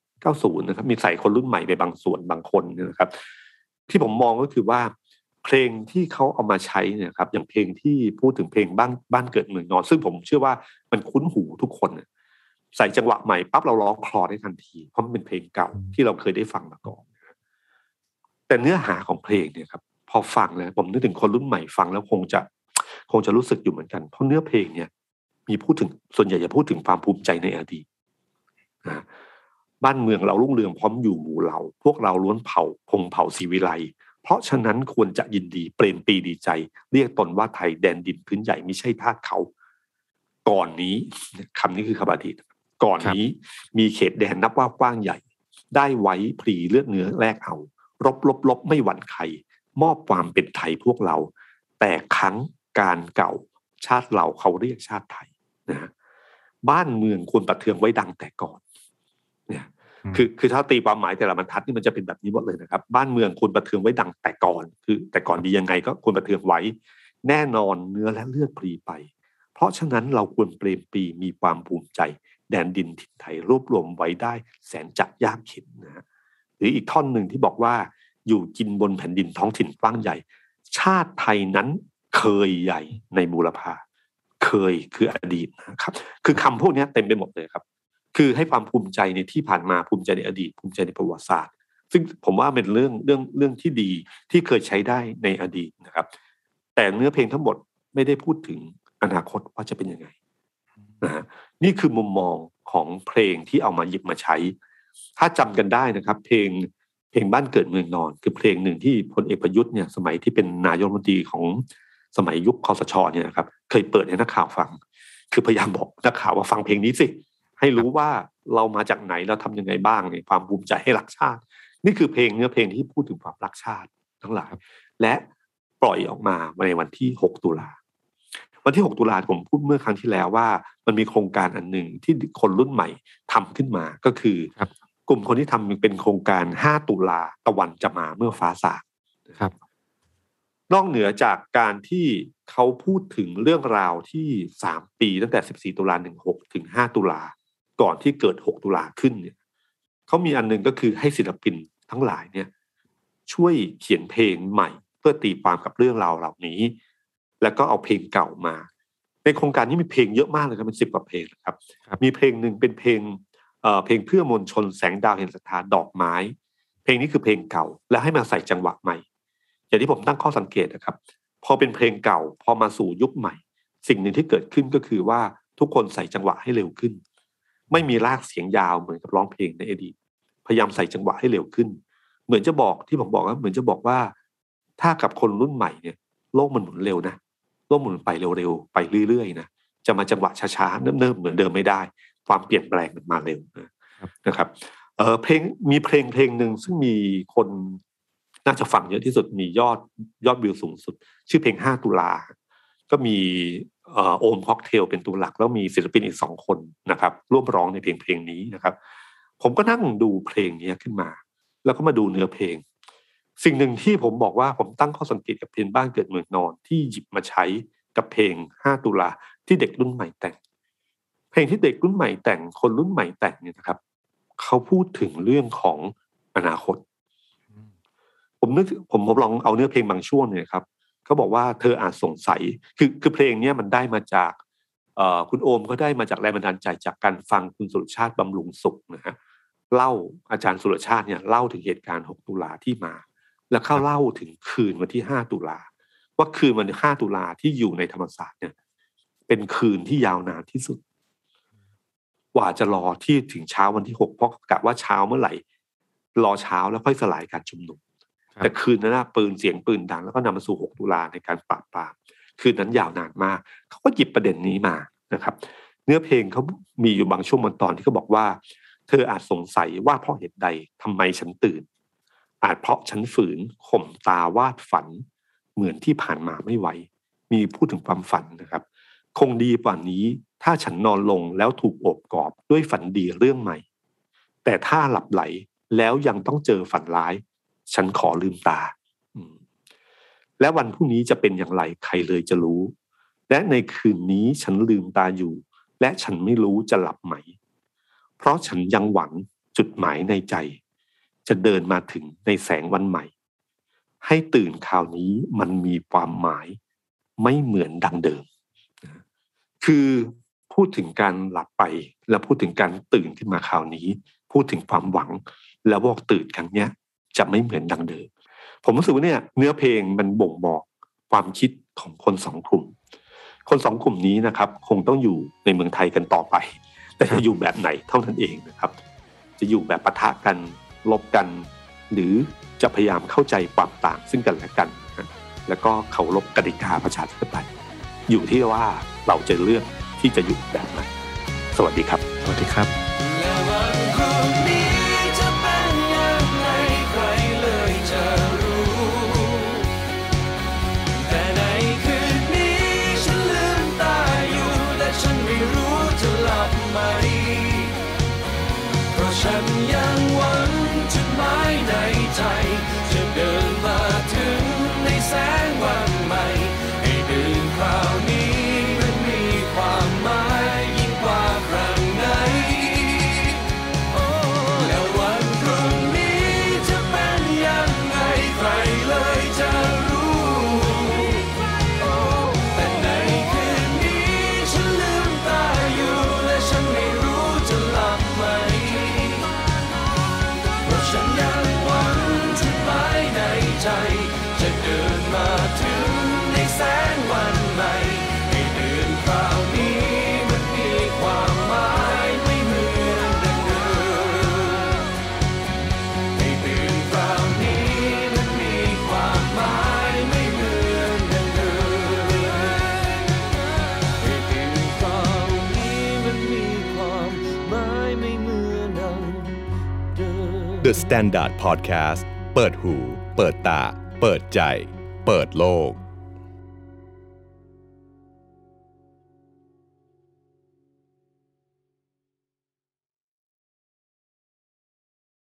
90นะครับมีใส่คนรุ่นใหม่ไปบางส่วนบางคนนะครับที่ผมมองก็คือว่าเพลงที่เขาเอามาใช้เนี่ยครับอย่างเพลงที่พูดถึงเพลงบ้านเกิดเมืองนอนซึ่งผมเชื่อว่ามันคุ้นหูทุกคนใส่จังหวะใหม่ปั๊บเราร้องคลอได้ทันทีเพราะมันเป็นเพลงเก่าที่เราเคยได้ฟังมาก่อนแต่เนื้อหาของเพลงเนี่ยครับพอฟังแล้วผมนึกถึงคนรุ่นใหม่ฟังแล้วคงจะรู้สึกอยู่เหมือนกันเพราะเนื้อเพลงเนี่ยมีพูดถึงส่วนใหญ่จะพูดถึงความภูมิใจในอดีตบ้านเมืองเรารุ่งเรืองพร้อมอยู่หมู่เราพวกเราล้วนเผ่าศรีวิไลเพราะฉะนั้นควรจะยินดีเปรมปีดีใจเรียกตนว่าไทยแดนดินพื้นใหญ่ไม่ใช่ทาสเขาก่อนนี้คำนี้คือคำอดีตก่อนนี้มีเขตแดนนับว่ากว้างใหญ่ได้ไว้พลีเลือดเนื้อแลกเอารบไม่หวั่นใครมอบความเป็นไทยพวกเราแต่ครั้งการเก่าชาติเราเขาเรียกชาติไทยนะบ้านเมืองควรประเทืองไว้ดังแต่ก่อนเนี่ยคือถ้าตีความหมายแต่ละบรรทัดนี่มันจะเป็นแบบนี้หมดเลยนะครับบ้านเมืองควรประเทืองไว้ดังแต่ก่อนคือแต่ก่อนดียังไงก็ควรประเทืองไว้แน่นอนเนื้อและเลือดพลีไปเพราะฉะนั้นเราควรเปรมปรีมีความภูมิใจแดนดินถิ่นไทยรวบรวมไว้ได้แสนจะยากเข็ญนะหรืออีกท่อนหนึ่งที่บอกว่าอยู่กินบนแผ่นดินท้องถิ่นกว้างใหญ่ชาติไทยนั้นเคยใหญ่ในบูรพาเคยคืออดีตนะครับคือคำพวกนี้เต็มไปหมดเลยครับคือให้ความภูมิใจในที่ผ่านมาภูมิใจในอดีตภูมิใจในประวัติศาสตร์ซึ่งผมว่าเป็นเรื่องที่ดีที่เคยใช้ได้ในอดีตนะครับแต่เนื้อเพลงทั้งหมดไม่ได้พูดถึงอนาคตว่าจะเป็นยังไงนะนี่คือมุมมองของเพลงที่เอามาหยิบมาใช้ถ้าจำกันได้นะครับเพลงบ้านเกิดเมืองนอนคือเพลงหนึ่งที่พลเอกประยุทธ์เนี่ยสมัยที่เป็นนายกรัฐมนตรีของสมัยยุคคสช.เนี่ยนะครับเคยเปิดให้นักข่าวฟังคือพยายามบอกนักข่าวว่าฟังเพลงนี้สิให้รู้ว่าเรามาจากไหนเราทำยังไงบ้างในความภูมิใจให้รักชาตินี่คือเนื้อเพลงที่พูดถึงความรักชาติทั้งหลายและปล่อยออกมาในวันที่6 ตุลาวันที่6 ตุลาผมพูดเมื่อครั้งที่แล้วว่ามันมีโครงการอันหนึ่งที่คนรุ่นใหม่ทำขึ้นมาก็คือกลุ่มคนที่ทำเป็นโครงการ5 ตุลาตะวันจะมาเมื่อฟ้าสางครับนอกเหนือจากการที่เขาพูดถึงเรื่องราวที่3 ปีตั้งแต่14 ตุลา16ถึง5 ตุลาก่อนที่เกิด6 ตุลาขึ้นเนี่ยเขามีอันนึงก็คือให้ศิลปินทั้งหลายเนี่ยช่วยเขียนเพลงใหม่เพื่อตีความกับเรื่องราวเหล่านี้แล้วก็เอาเพลงเก่ามาในโครงการนี้มีเพลงเยอะมากเลยครับเป็น10 กว่าเพลงครับมีเพลงหนึ่งเป็นเพลงเพื่อมวลชนแสงดาวแห่งศรัทธาดอกไม้เพลงนี้คือเพลงเก่าแล้วให้มาใส่จังหวะใหม่อย่างที่ผมตั้งข้อสังเกตนะครับพอเป็นเพลงเก่าพอมาสู่ยุคใหม่สิ่งหนึ่งที่เกิดขึ้นก็คือว่าทุกคนใส่จังหวะให้เร็วขึ้นไม่มีรากเสียงยาวเหมือนกับร้องเพลงในอดีตพยายามใส่จังหวะให้เร็วขึ้นเหมือนจะบอกที่ผมบอกว่าเหมือนจะบอกว่าถ้ากับคนรุ่นใหม่เนี่ยโลกมันหมุนเร็วนะโลกหมุนไปเร็วๆไปเรื่อยๆนะจะมาจังหวะช้าๆเนิ่มๆเหมือนเดิมไม่ได้ความเปลี่ยนแปลงมันมาเร็วนะครับเพลงมีเพลงหนึ่งซึ่งมีคนน่าจะฟังเยอะที่สุดมียอดวิวสูงสุดชื่อเพลง5 ตุลาก็มีโอมค็อกเทลเป็นตัวหลักแล้วมีศิลปินอีก2 คนนะครับร่วมร้องในเพลงนี้นะครับผมก็นั่งดูเพลงนี้ขึ้นมาแล้วก็มาดูเนื้อเพลงสิ่งหนึ่งที่ผมบอกว่าผมตั้งข้อสังเกตกับเพลงบ้านเกิดเมืองนอนที่หยิบมาใช้กับเพลง5 ตุลาที่เด็กรุ่นใหม่แต่งเพลงที่เด็กรุ่นใหม่แต่งคนรุ่นใหม่แต่งเนี่ยนะครับเขาพูดถึงเรื่องของอนาคตผมลองเอาเนื้อเพลงบางช่วงเนี่ยครับเขาบอกว่าเธออาจสงสัยคือเพลงนี้มันได้มาจากคุณโอมก็ได้มาจากแรงบันดาลใจจากการฟังคุณสุรชาติบำรุงสุขนะฮะเล่าอาจารย์สุรชาติเนี่ยเล่าถึงเหตุการณ์6 ตุลาที่มาแล้วเขาเล่าถึงคืนวันที่5 ตุลาว่าคืนวันที่5 ตุลาที่อยู่ในธรรมศาสตร์เนี่ยเป็นคืนที่ยาวนานที่สุดกว่าจะรอที่ถึงเช้าวันที่6เพราะกะว่าเช้าเมื่อไหร่รอเช้าแล้วค่อยสลายการชุมนุมแต่คืนนั้นเสียงปืนดังแล้วก็นำมาสู่6 ตุลาในการปราบปรามคืนนั้นยาวนานมากเขาก็หยิบประเด็นนี้มานะครับเนื้อเพลงเขามีอยู่บางช่วงบางตอนที่เขาบอกว่าเธออาจสงสัยว่าเพราะเหตุใดทำไมฉันตื่นอาจเพราะฉันฝืนข่มตาวาดฝันเหมือนที่ผ่านมาไม่ไหวมีพูดถึงความฝันนะครับคงดีกว่านี้ถ้าฉันนอนลงแล้วถูกโอบกอดด้วยฝันดีเรื่องใหม่แต่ถ้าหลับไหลแล้วยังต้องเจอฝันร้ายฉันขอลืมตาและวันพรุ่งนี้จะเป็นอย่างไรใครเลยจะรู้และในคืนนี้ฉันลืมตาอยู่และฉันไม่รู้จะหลับไหมเพราะฉันยังหวังจุดหมายในใจจะเดินมาถึงในแสงวันใหม่ให้ตื่นคราวนี้มันมีความหมายไม่เหมือนดังเดิมคือพูดถึงการหลับไปแล้วพูดถึงการตื่นขึ้นมาคราวนี้พูดถึงความหวังแล้วบอกตื่นครั้งนี้จะไม่เหมือนดังเดิมผมรู้สึกว่าเนี่ยเนื้อเพลงมันบ่งบอกความคิดของคน2 กลุ่มคน2 กลุ่มนี้นะครับคงต้องอยู่ในเมืองไทยกันต่อไปแต่จะอยู่แบบไหนเท่านั้นเองนะครับจะอยู่แบบปะทะกันลบกันหรือจะพยายามเข้าใจความต่างซึ่งกันและกันแล้วก็เคารพกติกาประชาธิปไตยอยู่ที่ว่าเราจะเลือกที่จะอยู่แบบไหนสวัสดีครับสวัสดีครับฉันยังหวังจุดหมายในใจจะเดินมาถึงในแสงวันใหม่ให้ตื่นคราวนี้มันมีความหมายยิ่งกว่าครั้งไหนแล้ววันพรุ่งนี้จะเป็นยังไงใครเลยจะรู้แต่ในคืนนี้ฉันลืมตาอยู่และฉันไม่รู้จะหลับไหมฉันยังหวังจุดหมายในใจจะเดินมาถึงในแสงวันใหม่ให้ตื่นคราวนี้มันมีความหมายไม่เหมือนดังเดิมให้ตื่นคราวนี้มันมีความหมายไม่เหมือนดังเดิมให้ตื่นคราวนี้มันมีความหมายไม่เหมือนดัง The Standard Podcast เปิดหูเปิดตาเปิดใจเปิดโลก